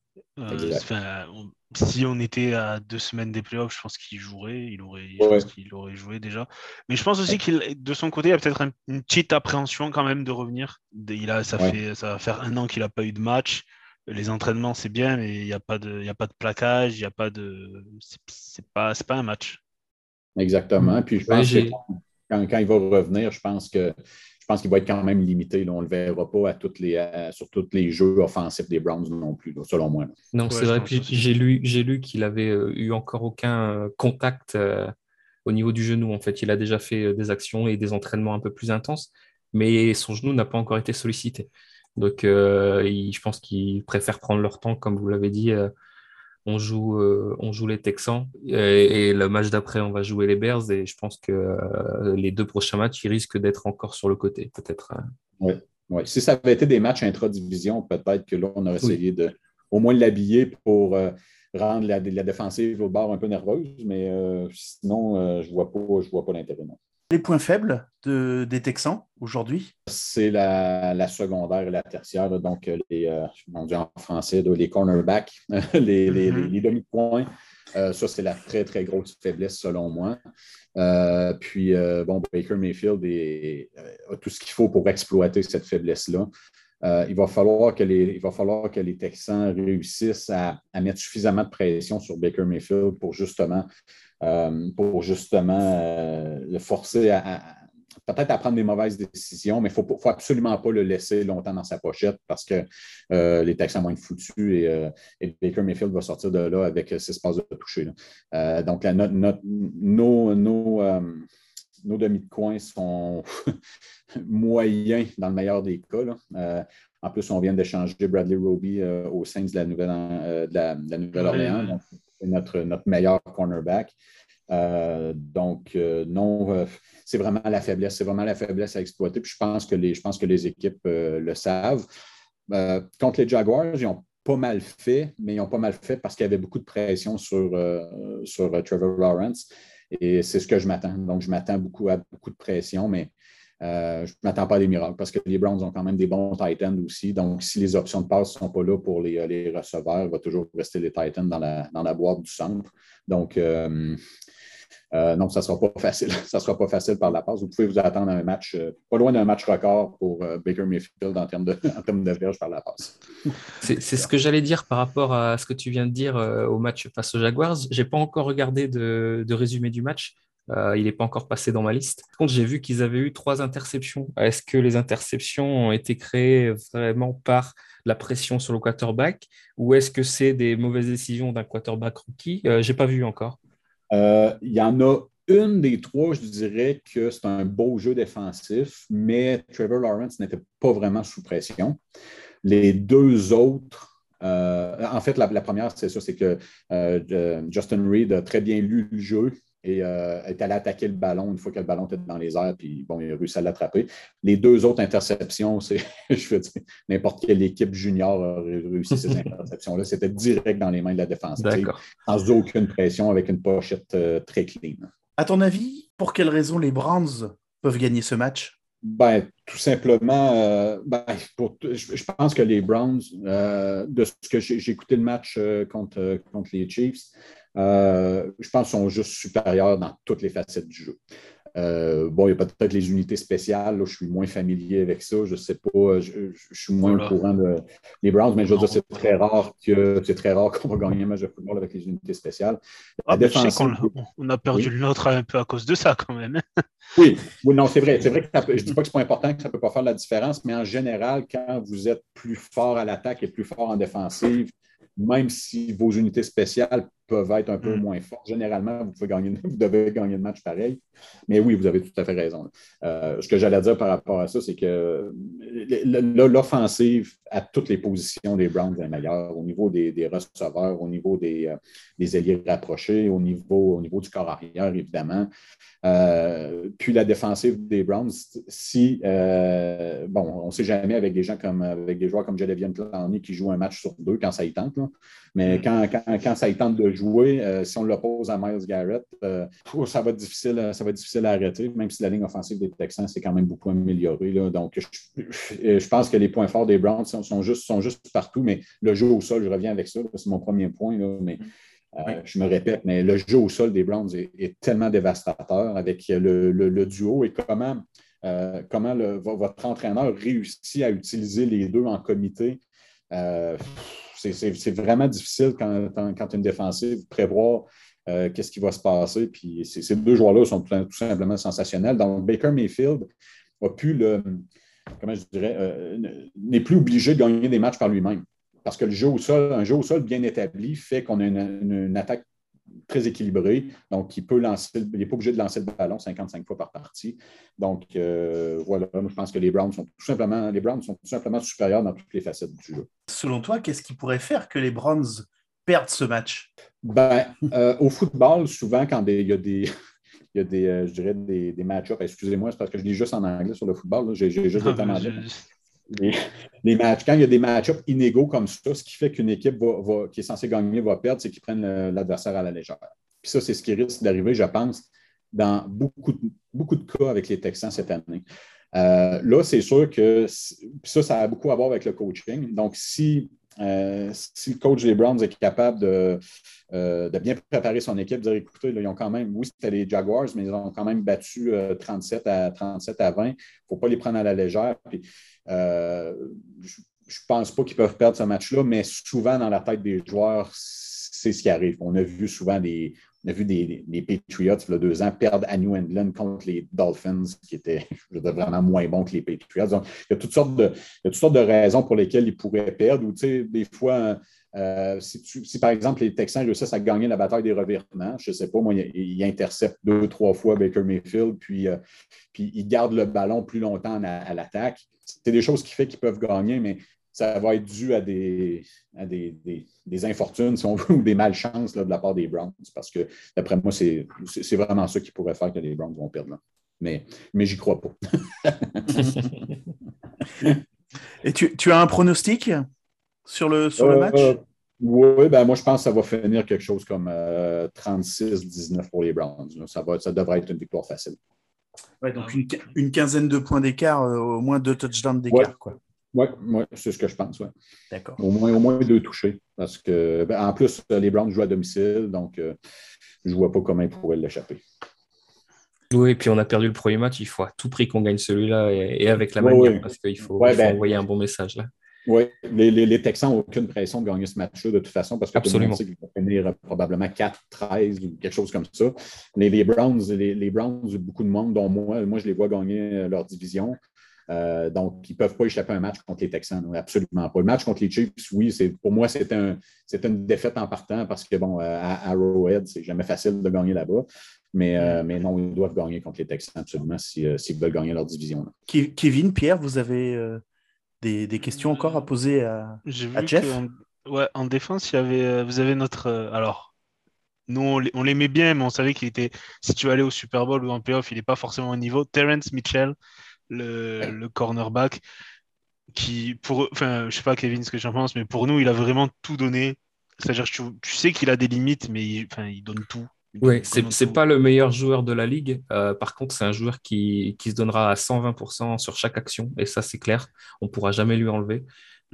Si on était à 2 semaines des playoffs, je pense qu'il jouerait. Je pense qu'il aurait joué déjà. Mais je pense aussi de son côté, il y a peut-être une petite appréhension quand même de revenir. Ça va faire 1 an qu'il n'a pas eu de match. Les entraînements, c'est bien, mais il n'y a pas de plaquage, il n'y a pas de. C'est pas un match. Exactement. Puis je pense que quand il va revenir, je pense qu'il va être quand même limité. Là. On ne le verra pas sur tous les jeux offensifs des Browns non plus, là, selon moi. Là. Non, c'est vrai. Puis j'ai lu qu'il avait eu encore aucun contact au niveau du genou. En fait, il a déjà fait des actions et des entraînements un peu plus intenses, mais son genou n'a pas encore été sollicité. Donc, je pense qu'ils préfèrent prendre leur temps, comme vous l'avez dit. On joue les Texans et le match d'après, on va jouer les Bears et je pense que les 2 prochains matchs, ils risquent d'être encore sur le côté, peut-être. Oui. Si ça avait été des matchs intra-division, peut-être que là, on aurait essayé de au moins l'habiller pour rendre la défensive au bord un peu nerveuse, mais sinon, je ne vois pas l'intérêt. Non. Les points faibles des Texans aujourd'hui? C'est la secondaire et la tertiaire, là, donc on dit en français, les cornerbacks, les demi-points. Ça, c'est la très, très grosse faiblesse selon moi. Puis, Baker Mayfield a tout ce qu'il faut pour exploiter cette faiblesse-là. Il va falloir que les Texans réussissent à mettre suffisamment de pression sur Baker Mayfield pour justement le forcer peut-être à prendre des mauvaises décisions, mais il ne faut absolument pas le laisser longtemps dans sa pochette parce que les Texans vont être foutus et Baker Mayfield va sortir de là avec 6 passes de toucher. Donc, nos demi de coin sont moyens dans le meilleur des cas. Là. En plus, on vient d'échanger Bradley Roby aux Saints de la Nouvelle-Orléans. Donc, c'est notre meilleur cornerback. Non, c'est vraiment la faiblesse. C'est vraiment la faiblesse à exploiter. Puis je pense que les équipes le savent. Contre les Jaguars, ils ont pas mal fait, mais ils n'ont pas mal fait parce qu'il y avait beaucoup de pression sur Trevor Lawrence. Et c'est ce que je m'attends. Donc, je m'attends à beaucoup de pression, mais je ne m'attends pas à des miracles parce que les Browns ont quand même des bons tight ends aussi. Donc, si les options de passe ne sont pas là pour les receveurs, il va toujours rester les tight ends dans la boîte du centre. Donc, non, ça ne sera pas facile. Ça ne sera pas facile par la passe. Vous pouvez vous attendre à un match, pas loin d'un match record pour Baker Mayfield en termes de verges par la passe. C'est ce que j'allais dire par rapport à ce que tu viens de dire au match face aux Jaguars. Je n'ai pas encore regardé de résumé du match. Il n'est pas encore passé dans ma liste. Par contre, j'ai vu qu'ils avaient eu 3 interceptions. Est-ce que les interceptions ont été créées vraiment par la pression sur le quarterback ou est-ce que c'est des mauvaises décisions d'un quarterback rookie? Je n'ai pas vu encore. Il y en a une des 3, je dirais que c'est un beau jeu défensif, mais Trevor Lawrence n'était pas vraiment sous pression. Les 2 autres, en fait, la première, c'est ça, c'est que Justin Reid a très bien lu le jeu et est allé attaquer le ballon une fois que le ballon était dans les airs, puis bon, il a réussi à l'attraper. Les 2 autres interceptions, c'est, je veux dire, n'importe quelle équipe junior aurait réussi ces interceptions-là. C'était direct dans les mains de la défensive, sans aucune pression, avec une pochette très clean. À ton avis, pour quelles raisons les Browns peuvent gagner ce match? Ben, tout simplement, je pense que les Browns, de ce que j'ai écouté le match contre les Chiefs, je pense qu'ils sont juste supérieurs dans toutes les facettes du jeu. Bon, il y a peut-être les unités spéciales, là, je suis moins familier avec ça, je ne sais pas, je suis moins au courant des Browns, mais je veux dire, c'est très rare qu'on va gagner un match de football avec les unités spéciales. Je sais qu'on a perdu le nôtre un peu à cause de ça quand même. Oui, non, c'est vrai. C'est vrai que je ne dis pas que ce n'est pas important, que ça ne peut pas faire la différence, mais en général, quand vous êtes plus fort à l'attaque et plus fort en défensive, même si vos unités spéciales peuvent être un peu moins fortes, généralement, vous devez gagner le match pareil. Mais oui, vous avez tout à fait raison. Ce que j'allais dire par rapport à ça, c'est que l'offensive à toutes les positions des Browns est meilleure, au niveau des receveurs, au niveau des ailiers rapprochés, au niveau du corps arrière, évidemment. Puis la défensive des Browns, on ne sait jamais avec des joueurs comme Jadeveon Clowney qui jouent un match sur 2 quand ça y tente, là. Mais quand ça y tente de jouer, si on l'oppose à Myles Garrett, ça va être difficile à arrêter, même si la ligne offensive des Texans s'est quand même beaucoup améliorée, là. Donc, je pense que les points forts des Browns sont juste partout, mais le jeu au sol, je reviens avec ça, c'est mon premier point, là, mais je me répète, mais le jeu au sol des Browns est tellement dévastateur avec le duo et comment votre entraîneur réussit à utiliser les 2 en comité. C'est vraiment difficile quand tu as une défensive, prévoir qu'est-ce qui va se passer. Puis ces 2 joueurs-là sont tout simplement sensationnels. Donc, Baker Mayfield a pu n'est plus obligé de gagner des matchs par lui-même. Parce que un jeu au sol bien établi fait qu'on a une attaque très équilibrée. Donc, il n'est pas obligé de lancer le ballon 55 fois par partie. Donc, voilà, je pense que les Browns sont tout simplement supérieurs dans toutes les facettes du jeu. Selon toi, qu'est-ce qui pourrait faire que les Browns perdent ce match? Au football, souvent, quand il y a des match-ups, excusez-moi, c'est parce que je lis juste en anglais sur le football, là, j'ai juste des temps les matchs, quand il y a des match-ups inégaux comme ça, ce qui fait qu'une équipe qui est censée gagner va perdre, c'est qu'ils prennent l'adversaire à la légère. Puis ça, c'est ce qui risque d'arriver, je pense, dans beaucoup de cas avec les Texans cette année. Là, c'est sûr que ça a beaucoup à voir avec le coaching. Donc, si le coach des Browns est capable de bien préparer son équipe, de dire, écoutez, là, ils ont quand même, oui, c'était les Jaguars, mais ils ont quand même battu 37 à 20. Il ne faut pas les prendre à la légère. Puis, je ne pense pas qu'ils peuvent perdre ce match-là, mais souvent, dans la tête des joueurs, c'est ce qui arrive. On a vu souvent des Patriots, il y a 2 ans, perdre à New England contre les Dolphins, qui étaient vraiment moins bons que les Patriots. Donc, il y a toutes sortes de raisons pour lesquelles ils pourraient perdre. Ou, des fois, si par exemple les Texans réussissent à gagner la bataille des revirements, je ne sais pas, moi, ils interceptent 2-3 fois Baker Mayfield, puis ils gardent le ballon plus longtemps à l'attaque. C'est des choses qui font qu'ils peuvent gagner, mais ça va être dû à des infortunes, si on veut, ou des malchances là, de la part des Browns. Parce que, d'après moi, c'est vraiment ça qui pourrait faire que les Browns vont perdre. Là. Mais j'y crois pas. Et tu as un pronostic sur le match? Oui, moi, je pense que ça va finir quelque chose comme 36-19 pour les Browns. Là. Ça devrait être une victoire facile. Ouais, donc une quinzaine de points d'écart, au moins 2 touchdowns d'écart, quoi. Oui, c'est ce que je pense. Ouais. D'accord. Au moins 2 touchés. Parce que, en plus, les Browns jouent à domicile. Donc, je ne vois pas comment il pourrait l'échapper. Oui, et puis on a perdu le premier match, il faut à tout prix qu'on gagne celui-là et avec la Oui, manière, oui. parce qu'il faut, Ouais, il faut envoyer un bon message là. oui, les Texans n'ont aucune pression de gagner ce match-là de toute façon parce que tout le monde Absolument. sait qu'ils vont finir probablement 4-13 ou quelque chose comme ça. Les Browns, beaucoup de monde, dont moi je les vois gagner leur division. Donc, ils ne peuvent pas échapper à un match contre les Texans, non, absolument pas. Le match contre les Chiefs, oui, pour moi, c'est une défaite en partant parce que, bon, à Arrowhead, c'est jamais facile de gagner là-bas. Mais non, ils doivent gagner contre les Texans absolument s'ils veulent gagner leur division. Kevin, Pierre, vous avez des questions encore à poser J'ai à vu Jeff? en défense, vous avez notre. Alors, nous, on l'aimait bien, mais on savait qu'il était. Si tu allais au Super Bowl ou en playoff, il n'est pas forcément au niveau. Terrence Mitchell, le cornerback, enfin, je sais pas, Kevin, ce que j'en pense, mais pour nous, il a vraiment tout donné. C'est-à-dire que tu sais qu'il a des limites, mais il donne tout. Il donne Oui, vraiment c'est tout. pas le meilleur joueur de la ligue. Par contre, c'est un joueur qui se donnera à 120% sur chaque action. Et ça, c'est clair. On pourra jamais lui enlever.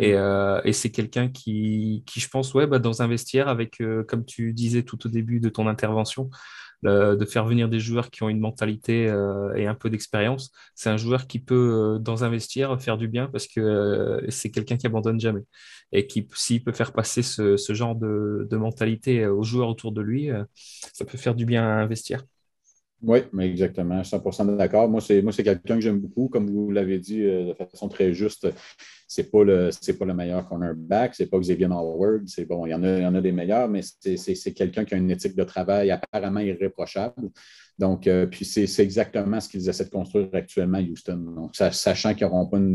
Et c'est quelqu'un qui, je pense, ouais, dans un vestiaire, avec, comme tu disais tout au début de ton intervention, de faire venir des joueurs qui ont une mentalité et un peu d'expérience. C'est un joueur qui peut, dans un vestiaire, faire du bien parce que c'est quelqu'un qui abandonne jamais. Et qui, s'il peut faire passer ce genre de mentalité aux joueurs autour de lui, ça peut faire du bien à un vestiaire. Oui, mais exactement, 100% d'accord. Moi, c'est quelqu'un que j'aime beaucoup. Comme vous l'avez dit de façon très juste, c'est pas le meilleur cornerback, c'est pas Xavier Howard. C'est bon, il y en a des meilleurs, mais c'est quelqu'un qui a une éthique de travail apparemment irréprochable. Donc, puis c'est exactement ce qu'ils essaient de construire actuellement à Houston. Donc, sachant qu'ils n'auront pas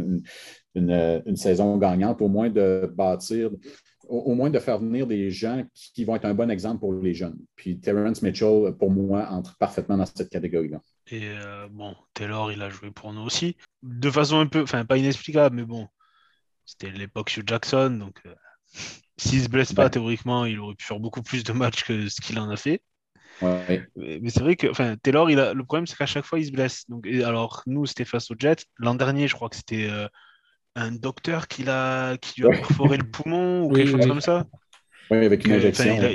une saison gagnante, au moins de bâtir, au moins de faire venir des gens qui vont être un bon exemple pour les jeunes. Puis Terrence Mitchell, pour moi, entre parfaitement dans cette catégorie-là. Et bon, Taylor, il a joué pour nous aussi. De façon un peu, enfin, pas inexplicable, mais bon, c'était l'époque Hugh Jackson. Donc, s'il se blesse pas, Ben, théoriquement, il aurait pu faire beaucoup plus de matchs que ce qu'il en a fait. ouais. Mais c'est vrai que, enfin, Taylor, le problème, c'est qu'à chaque fois, il se blesse. Donc, alors, nous, c'était face aux Jets. L'an dernier, je crois que c'était un docteur qui lui a Ouais. perforé le poumon ou quelque Oui, chose oui. comme ça. Oui, avec une Enfin, injection.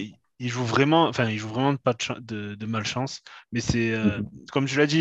il joue vraiment pas de malchance. Mais c'est, Mhm. comme tu l'as dit,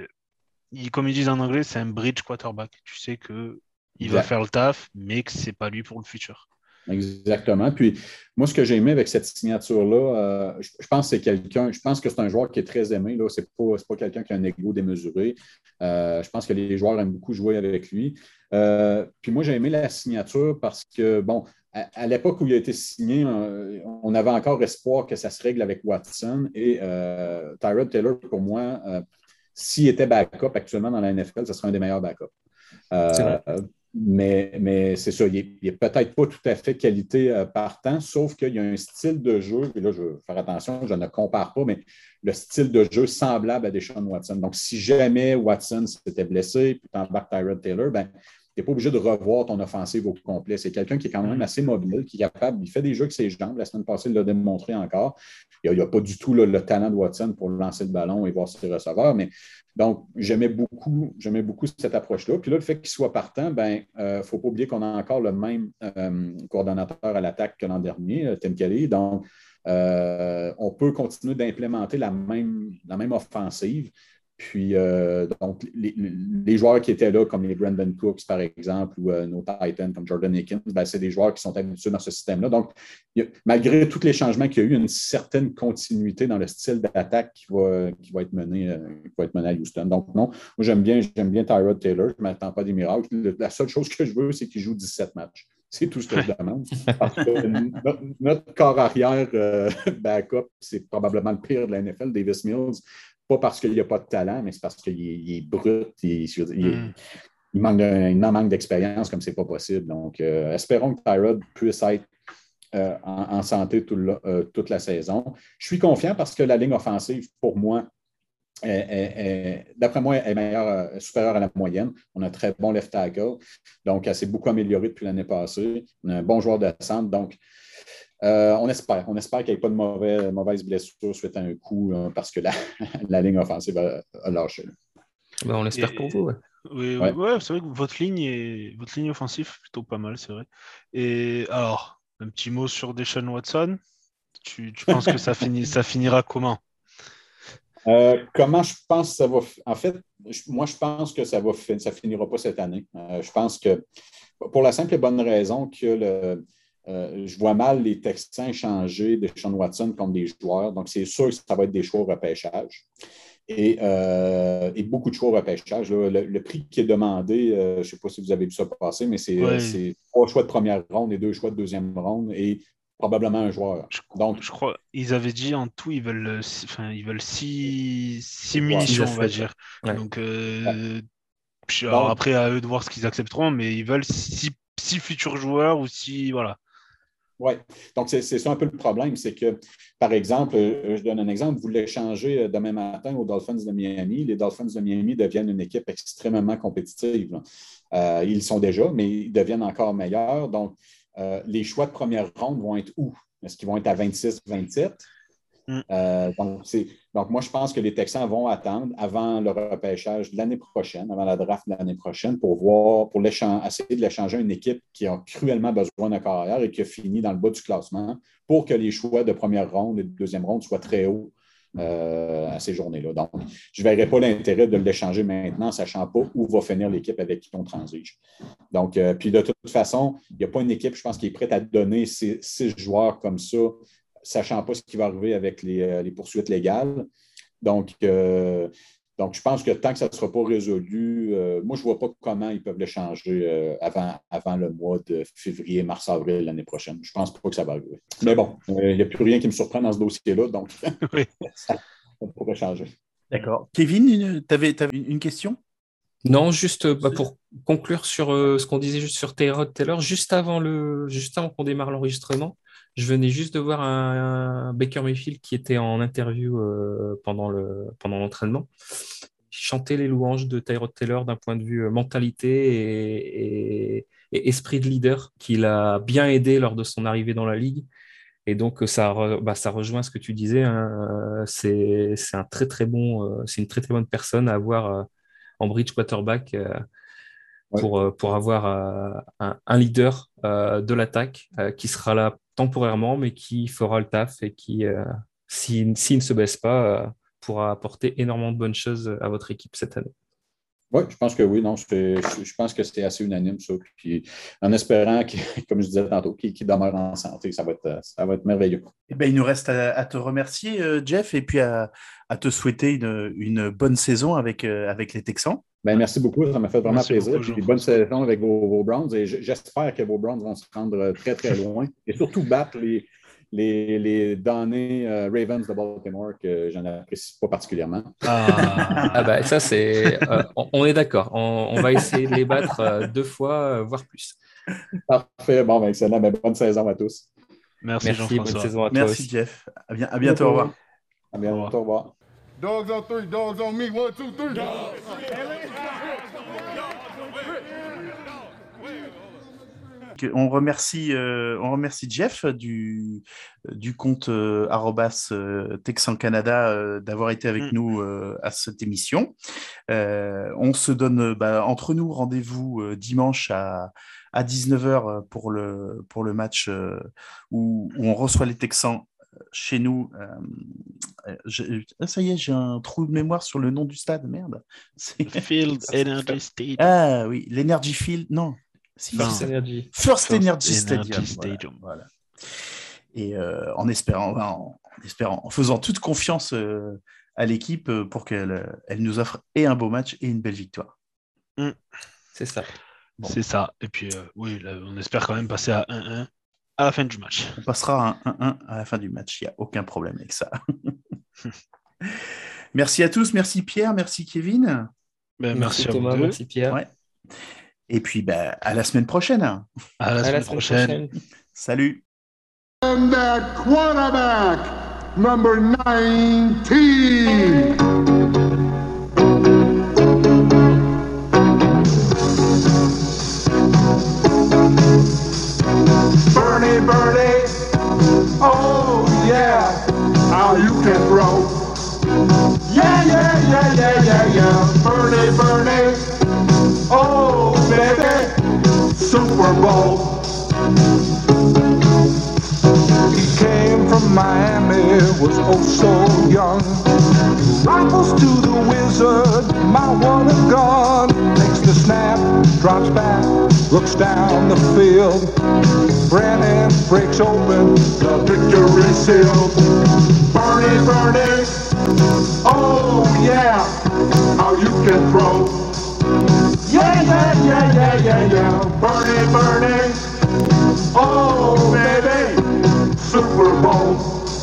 comme ils disent en anglais, c'est un bridge quarterback. Tu sais que il va Exact. faire le taf, mais que c'est pas lui pour le futur. Exactement. Puis moi, ce que j'ai aimé avec cette signature-là, je pense que je pense que c'est un joueur qui est très aimé. Là. C'est pas quelqu'un qui a un ego démesuré. Je pense que les joueurs aiment beaucoup jouer avec lui. Puis moi, j'ai aimé la signature parce que, bon, à l'époque où il a été signé, on avait encore espoir que ça se règle avec Watson. Et Tyrod Taylor, pour moi, s'il était backup actuellement dans la NFL, ce serait un des meilleurs backups. C'est vrai. Mais c'est ça, il n'est peut-être pas tout à fait qualité partant, sauf qu'il y a un style de jeu, et là, je veux faire attention, je ne compare pas, mais le style de jeu semblable à Deshaun Watson. Donc, si jamais Watson s'était blessé, puis tu embarques Tyrod Taylor, ben, tu n'es pas obligé de revoir ton offensive au complet. C'est quelqu'un qui est quand même assez mobile, qui est capable, il fait des jeux avec ses jambes. La semaine passée, il l'a démontré encore. Il n'y a pas du tout le talent de Watson pour lancer le ballon et voir ses receveurs, mais donc, j'aimais beaucoup cette approche-là. Puis là, le fait qu'il soit partant, il ne faut pas oublier qu'on a encore le même coordonnateur à l'attaque que l'an dernier, Tim Kelly. Donc, on peut continuer d'implémenter la même offensive. Puis, donc, les joueurs qui étaient là, comme les Brandon Cooks, par exemple, ou nos Titans, comme Jordan Akins, c'est des joueurs qui sont habitués dans ce système-là. Donc, malgré tous les changements qu'il y a eu, il y a une certaine continuité dans le style d'attaque qui va être mené à Houston. Donc, non, moi, j'aime bien Tyrod Taylor. Je ne m'attends pas à des miracles. La seule chose que je veux, c'est qu'il joue 17 matchs. C'est tout ce que je demande. Parce que notre corps arrière backup, c'est probablement le pire de la NFL, Davis Mills. Pas parce qu'il n'y a pas de talent, mais c'est parce qu'il est brut. Il manque d'expérience comme c'est pas possible. Donc, espérons que Tyrod puisse être en santé toute la saison. Je suis confiant parce que la ligne offensive, pour moi, d'après moi, est meilleure, supérieure à la moyenne. On a un très bon left tackle. Donc, elle s'est beaucoup améliorée depuis l'année passée. On a un bon joueur de centre. Donc, on espère qu'il n'y ait pas de mauvaise blessure suite à un coup parce que la ligne offensive a lâché. Ben, on l'espère pour vous. Ouais. Oui, Ouais. ouais, c'est vrai que votre ligne offensive est plutôt pas mal, c'est vrai. Et alors, un petit mot sur Deshaun Watson. Tu penses que ça finira comment? Comment je pense que ça va... En fait, moi, je pense que ça finira pas cette année. Je pense que, pour la simple et bonne raison que je vois mal les Texans échanger de Deshaun Watson contre des joueurs. Donc, c'est sûr que ça va être des choix au repêchage. Et beaucoup de choix au repêchage. Là. Le prix qui est demandé, je ne sais pas si vous avez vu ça passer, mais c'est 3 choix de première ronde et 2 choix de deuxième ronde et probablement un joueur. Donc, je crois ils avaient dit en tout, ils veulent 6 munitions, on va dire. Ouais. Donc, alors après, à eux de voir ce qu'ils accepteront, mais ils veulent 6 futurs joueurs ou 6. Voilà. Oui, donc c'est ça un peu le problème, c'est que, par exemple, je donne un exemple, vous l'échangez demain matin aux Dolphins de Miami. Les Dolphins de Miami deviennent une équipe extrêmement compétitive. Ils sont déjà, mais ils deviennent encore meilleurs. Donc, les choix de première ronde vont être où? Est-ce qu'ils vont être à 26, 27? Donc, moi, je pense que les Texans vont attendre avant le repêchage de l'année prochaine, avant la draft de l'année prochaine, pour essayer de l'échanger à une équipe qui a cruellement besoin d'un carrière et qui a fini dans le bas du classement pour que les choix de première ronde et de deuxième ronde soient très hauts à ces journées-là. Donc, je ne verrais pas l'intérêt de l'échanger maintenant, sachant pas où va finir l'équipe avec qui on transige. Donc, puis de toute façon, il n'y a pas une équipe, je pense, qui est prête à donner 6 joueurs comme ça, sachant pas ce qui va arriver avec les poursuites légales. Donc, je pense que tant que ça ne sera pas résolu, moi, je ne vois pas comment ils peuvent l'échanger avant le mois de février, mars, avril l'année prochaine. Je ne pense pas que ça va arriver. Mais bon, il n'y a plus rien qui me surprend dans ce dossier-là, donc oui. ça pourrait changer. D'accord. Kevin, tu avais une question? Non, juste pour conclure sur ce qu'on disait juste sur Tyrod Taylor, juste avant qu'on démarre l'enregistrement, je venais juste de voir un Baker Mayfield qui était en interview pendant l'entraînement. Il chantait les louanges de Tyrod Taylor d'un point de vue mentalité et esprit de leader qu'il a bien aidé lors de son arrivée dans la ligue. Et donc, ça rejoint ce que tu disais. Hein, c'est une très très bonne personne à avoir en bridge quarterback pour avoir un leader de l'attaque qui sera là temporairement, mais qui fera le taf et qui, s'il ne se baisse pas, pourra apporter énormément de bonnes choses à votre équipe cette année. Oui, je pense que oui. Non, je pense que c'est assez unanime, ça. Puis, en espérant, comme je disais tantôt, qu'il demeure en santé, ça va être merveilleux. Eh bien, il nous reste à te remercier, Jeff, et puis à te souhaiter une bonne saison avec les Texans. Ben, merci beaucoup, ça m'a fait vraiment plaisir. Puis, bonne saison avec vos Browns et j'espère que vos Browns vont se rendre très, très loin et surtout battre les damnés Ravens de Baltimore que je n'apprécie pas particulièrement. Ben, ça, c'est... on est d'accord. On va essayer de les battre 2 fois, voire plus. Parfait. Bon, ben, excellent. Ben, bonne saison à tous. Merci Jean-François. Bonne saison à toi Merci, aussi. Jeff. À bientôt. Au revoir. À bientôt. Au revoir. Dogs on 3, dogs on me, 1, 2, 3. On remercie Jeff du compte @TexanCanada d'avoir été avec nous à cette émission. On se donne entre nous rendez-vous dimanche à 19h pour le match où on reçoit les Texans chez nous. Ça y est, j'ai un trou de mémoire sur le nom du stade, merde. Field Energy Stadium. Ah oui, l'Energy Field, non. First Energy Stadium. Voilà. Et en faisant toute confiance à l'équipe pour qu'elle nous offre et un beau match et une belle victoire. C'est ça. Bon. C'est ça. Et puis, oui, là, on espère quand même passer à 1-1 à la fin du match. On passera à 1-1 à la fin du match. Il n'y a aucun problème avec ça. Merci à tous. Merci Pierre. Merci Kevin. Merci Thomas. à vous deux. Merci Pierre. Ouais. Et puis, à la semaine prochaine. À la semaine prochaine. Salut. And that quarterback, number 19. Bernie, oh yeah, how you can throw. Yeah, Bernie, oh baby, Super Bowl. He came from my was oh so young. Rifles to the wizard, my one and gun. Takes the snap, drops back, looks down the field. Brennan breaks open, the victory seal. Bernie, Bernie, oh yeah, how you can throw. Yeah, yeah, yeah, yeah, yeah, yeah. Bernie, Bernie, oh baby, Super Bowl.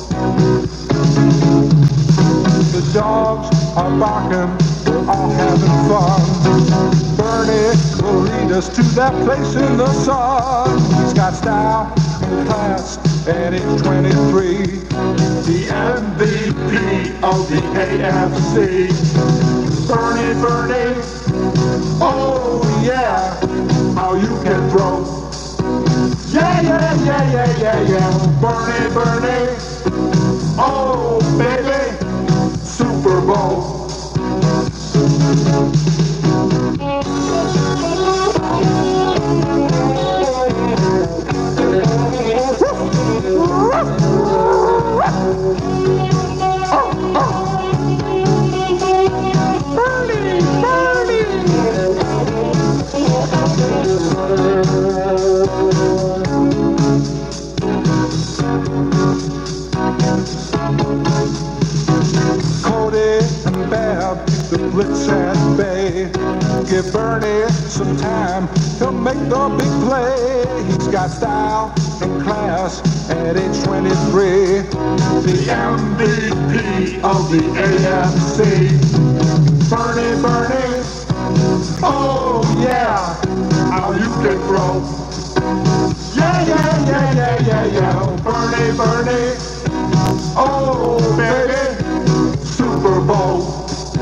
The dogs are barking, we're all having fun. Bernie will lead us to that place in the sun. He's got style and class, and he's 23. The MVP of the AFC. Bernie, Bernie, oh yeah, how you can throw. Yeah, yeah, yeah, yeah, yeah, yeah. Bernie, Bernie, oh baby, Super Bowl. The blitz at bay. Give Bernie some time, he'll make the big play. He's got style and class at age 23. The MVP of the AFC. Bernie, Bernie, oh yeah, how you can throw. Yeah, yeah, yeah, yeah, yeah, yeah. Bernie, Bernie, oh baby, Super Bowl.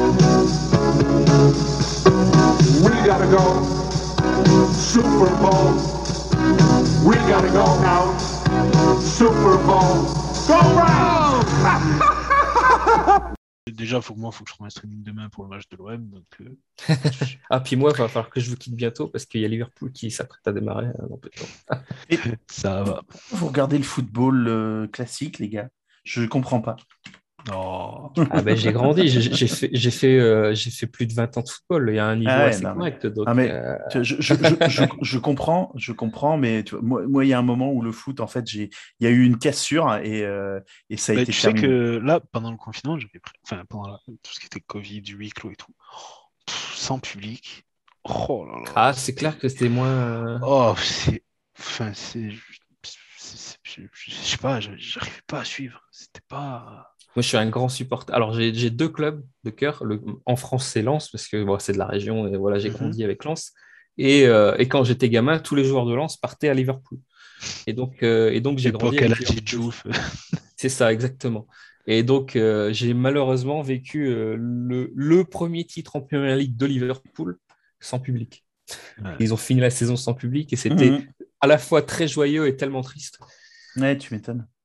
We gotta go, Super Bowl. We gotta go now, Super Bowl. Go Browns! Déjà, faut que je trouve un streaming demain pour le match de l'OM. Donc, Ah, puis moi, il va falloir que je vous quitte bientôt parce qu'il y a Liverpool qui s'apprête à démarrer dans peu de temps. Et ça va. vous regardez le football classique, les gars? Je comprends pas. Oh. Ah ben, j'ai grandi, j'ai fait plus de 20 ans de football, il y a un niveau assez correct. Donc, je comprends, mais tu vois, moi, il y a un moment où le foot, en fait, il y a eu une cassure et ça a été tu terminé. sais que là, pendant le confinement, pendant tout ce qui était Covid, huis clos et tout, sans public, oh là là. Ah, c'est clair que c'était moins... Oh, je sais pas, j'arrivais pas à suivre, c'était pas... Moi, je suis un grand supporter. Alors, j'ai deux clubs de cœur. En France, c'est Lens, parce que c'est de la région, et voilà, j'ai grandi avec Lens. Et quand j'étais gamin, tous les joueurs de Lens partaient à Liverpool. Et donc j'ai grandi avec Liverpool. C'est ça, exactement. Et donc, j'ai malheureusement vécu le premier titre en Premier League de Liverpool sans public. Ouais. Ils ont fini la saison sans public, et c'était à la fois très joyeux et tellement triste. Ouais, tu m'étonnes.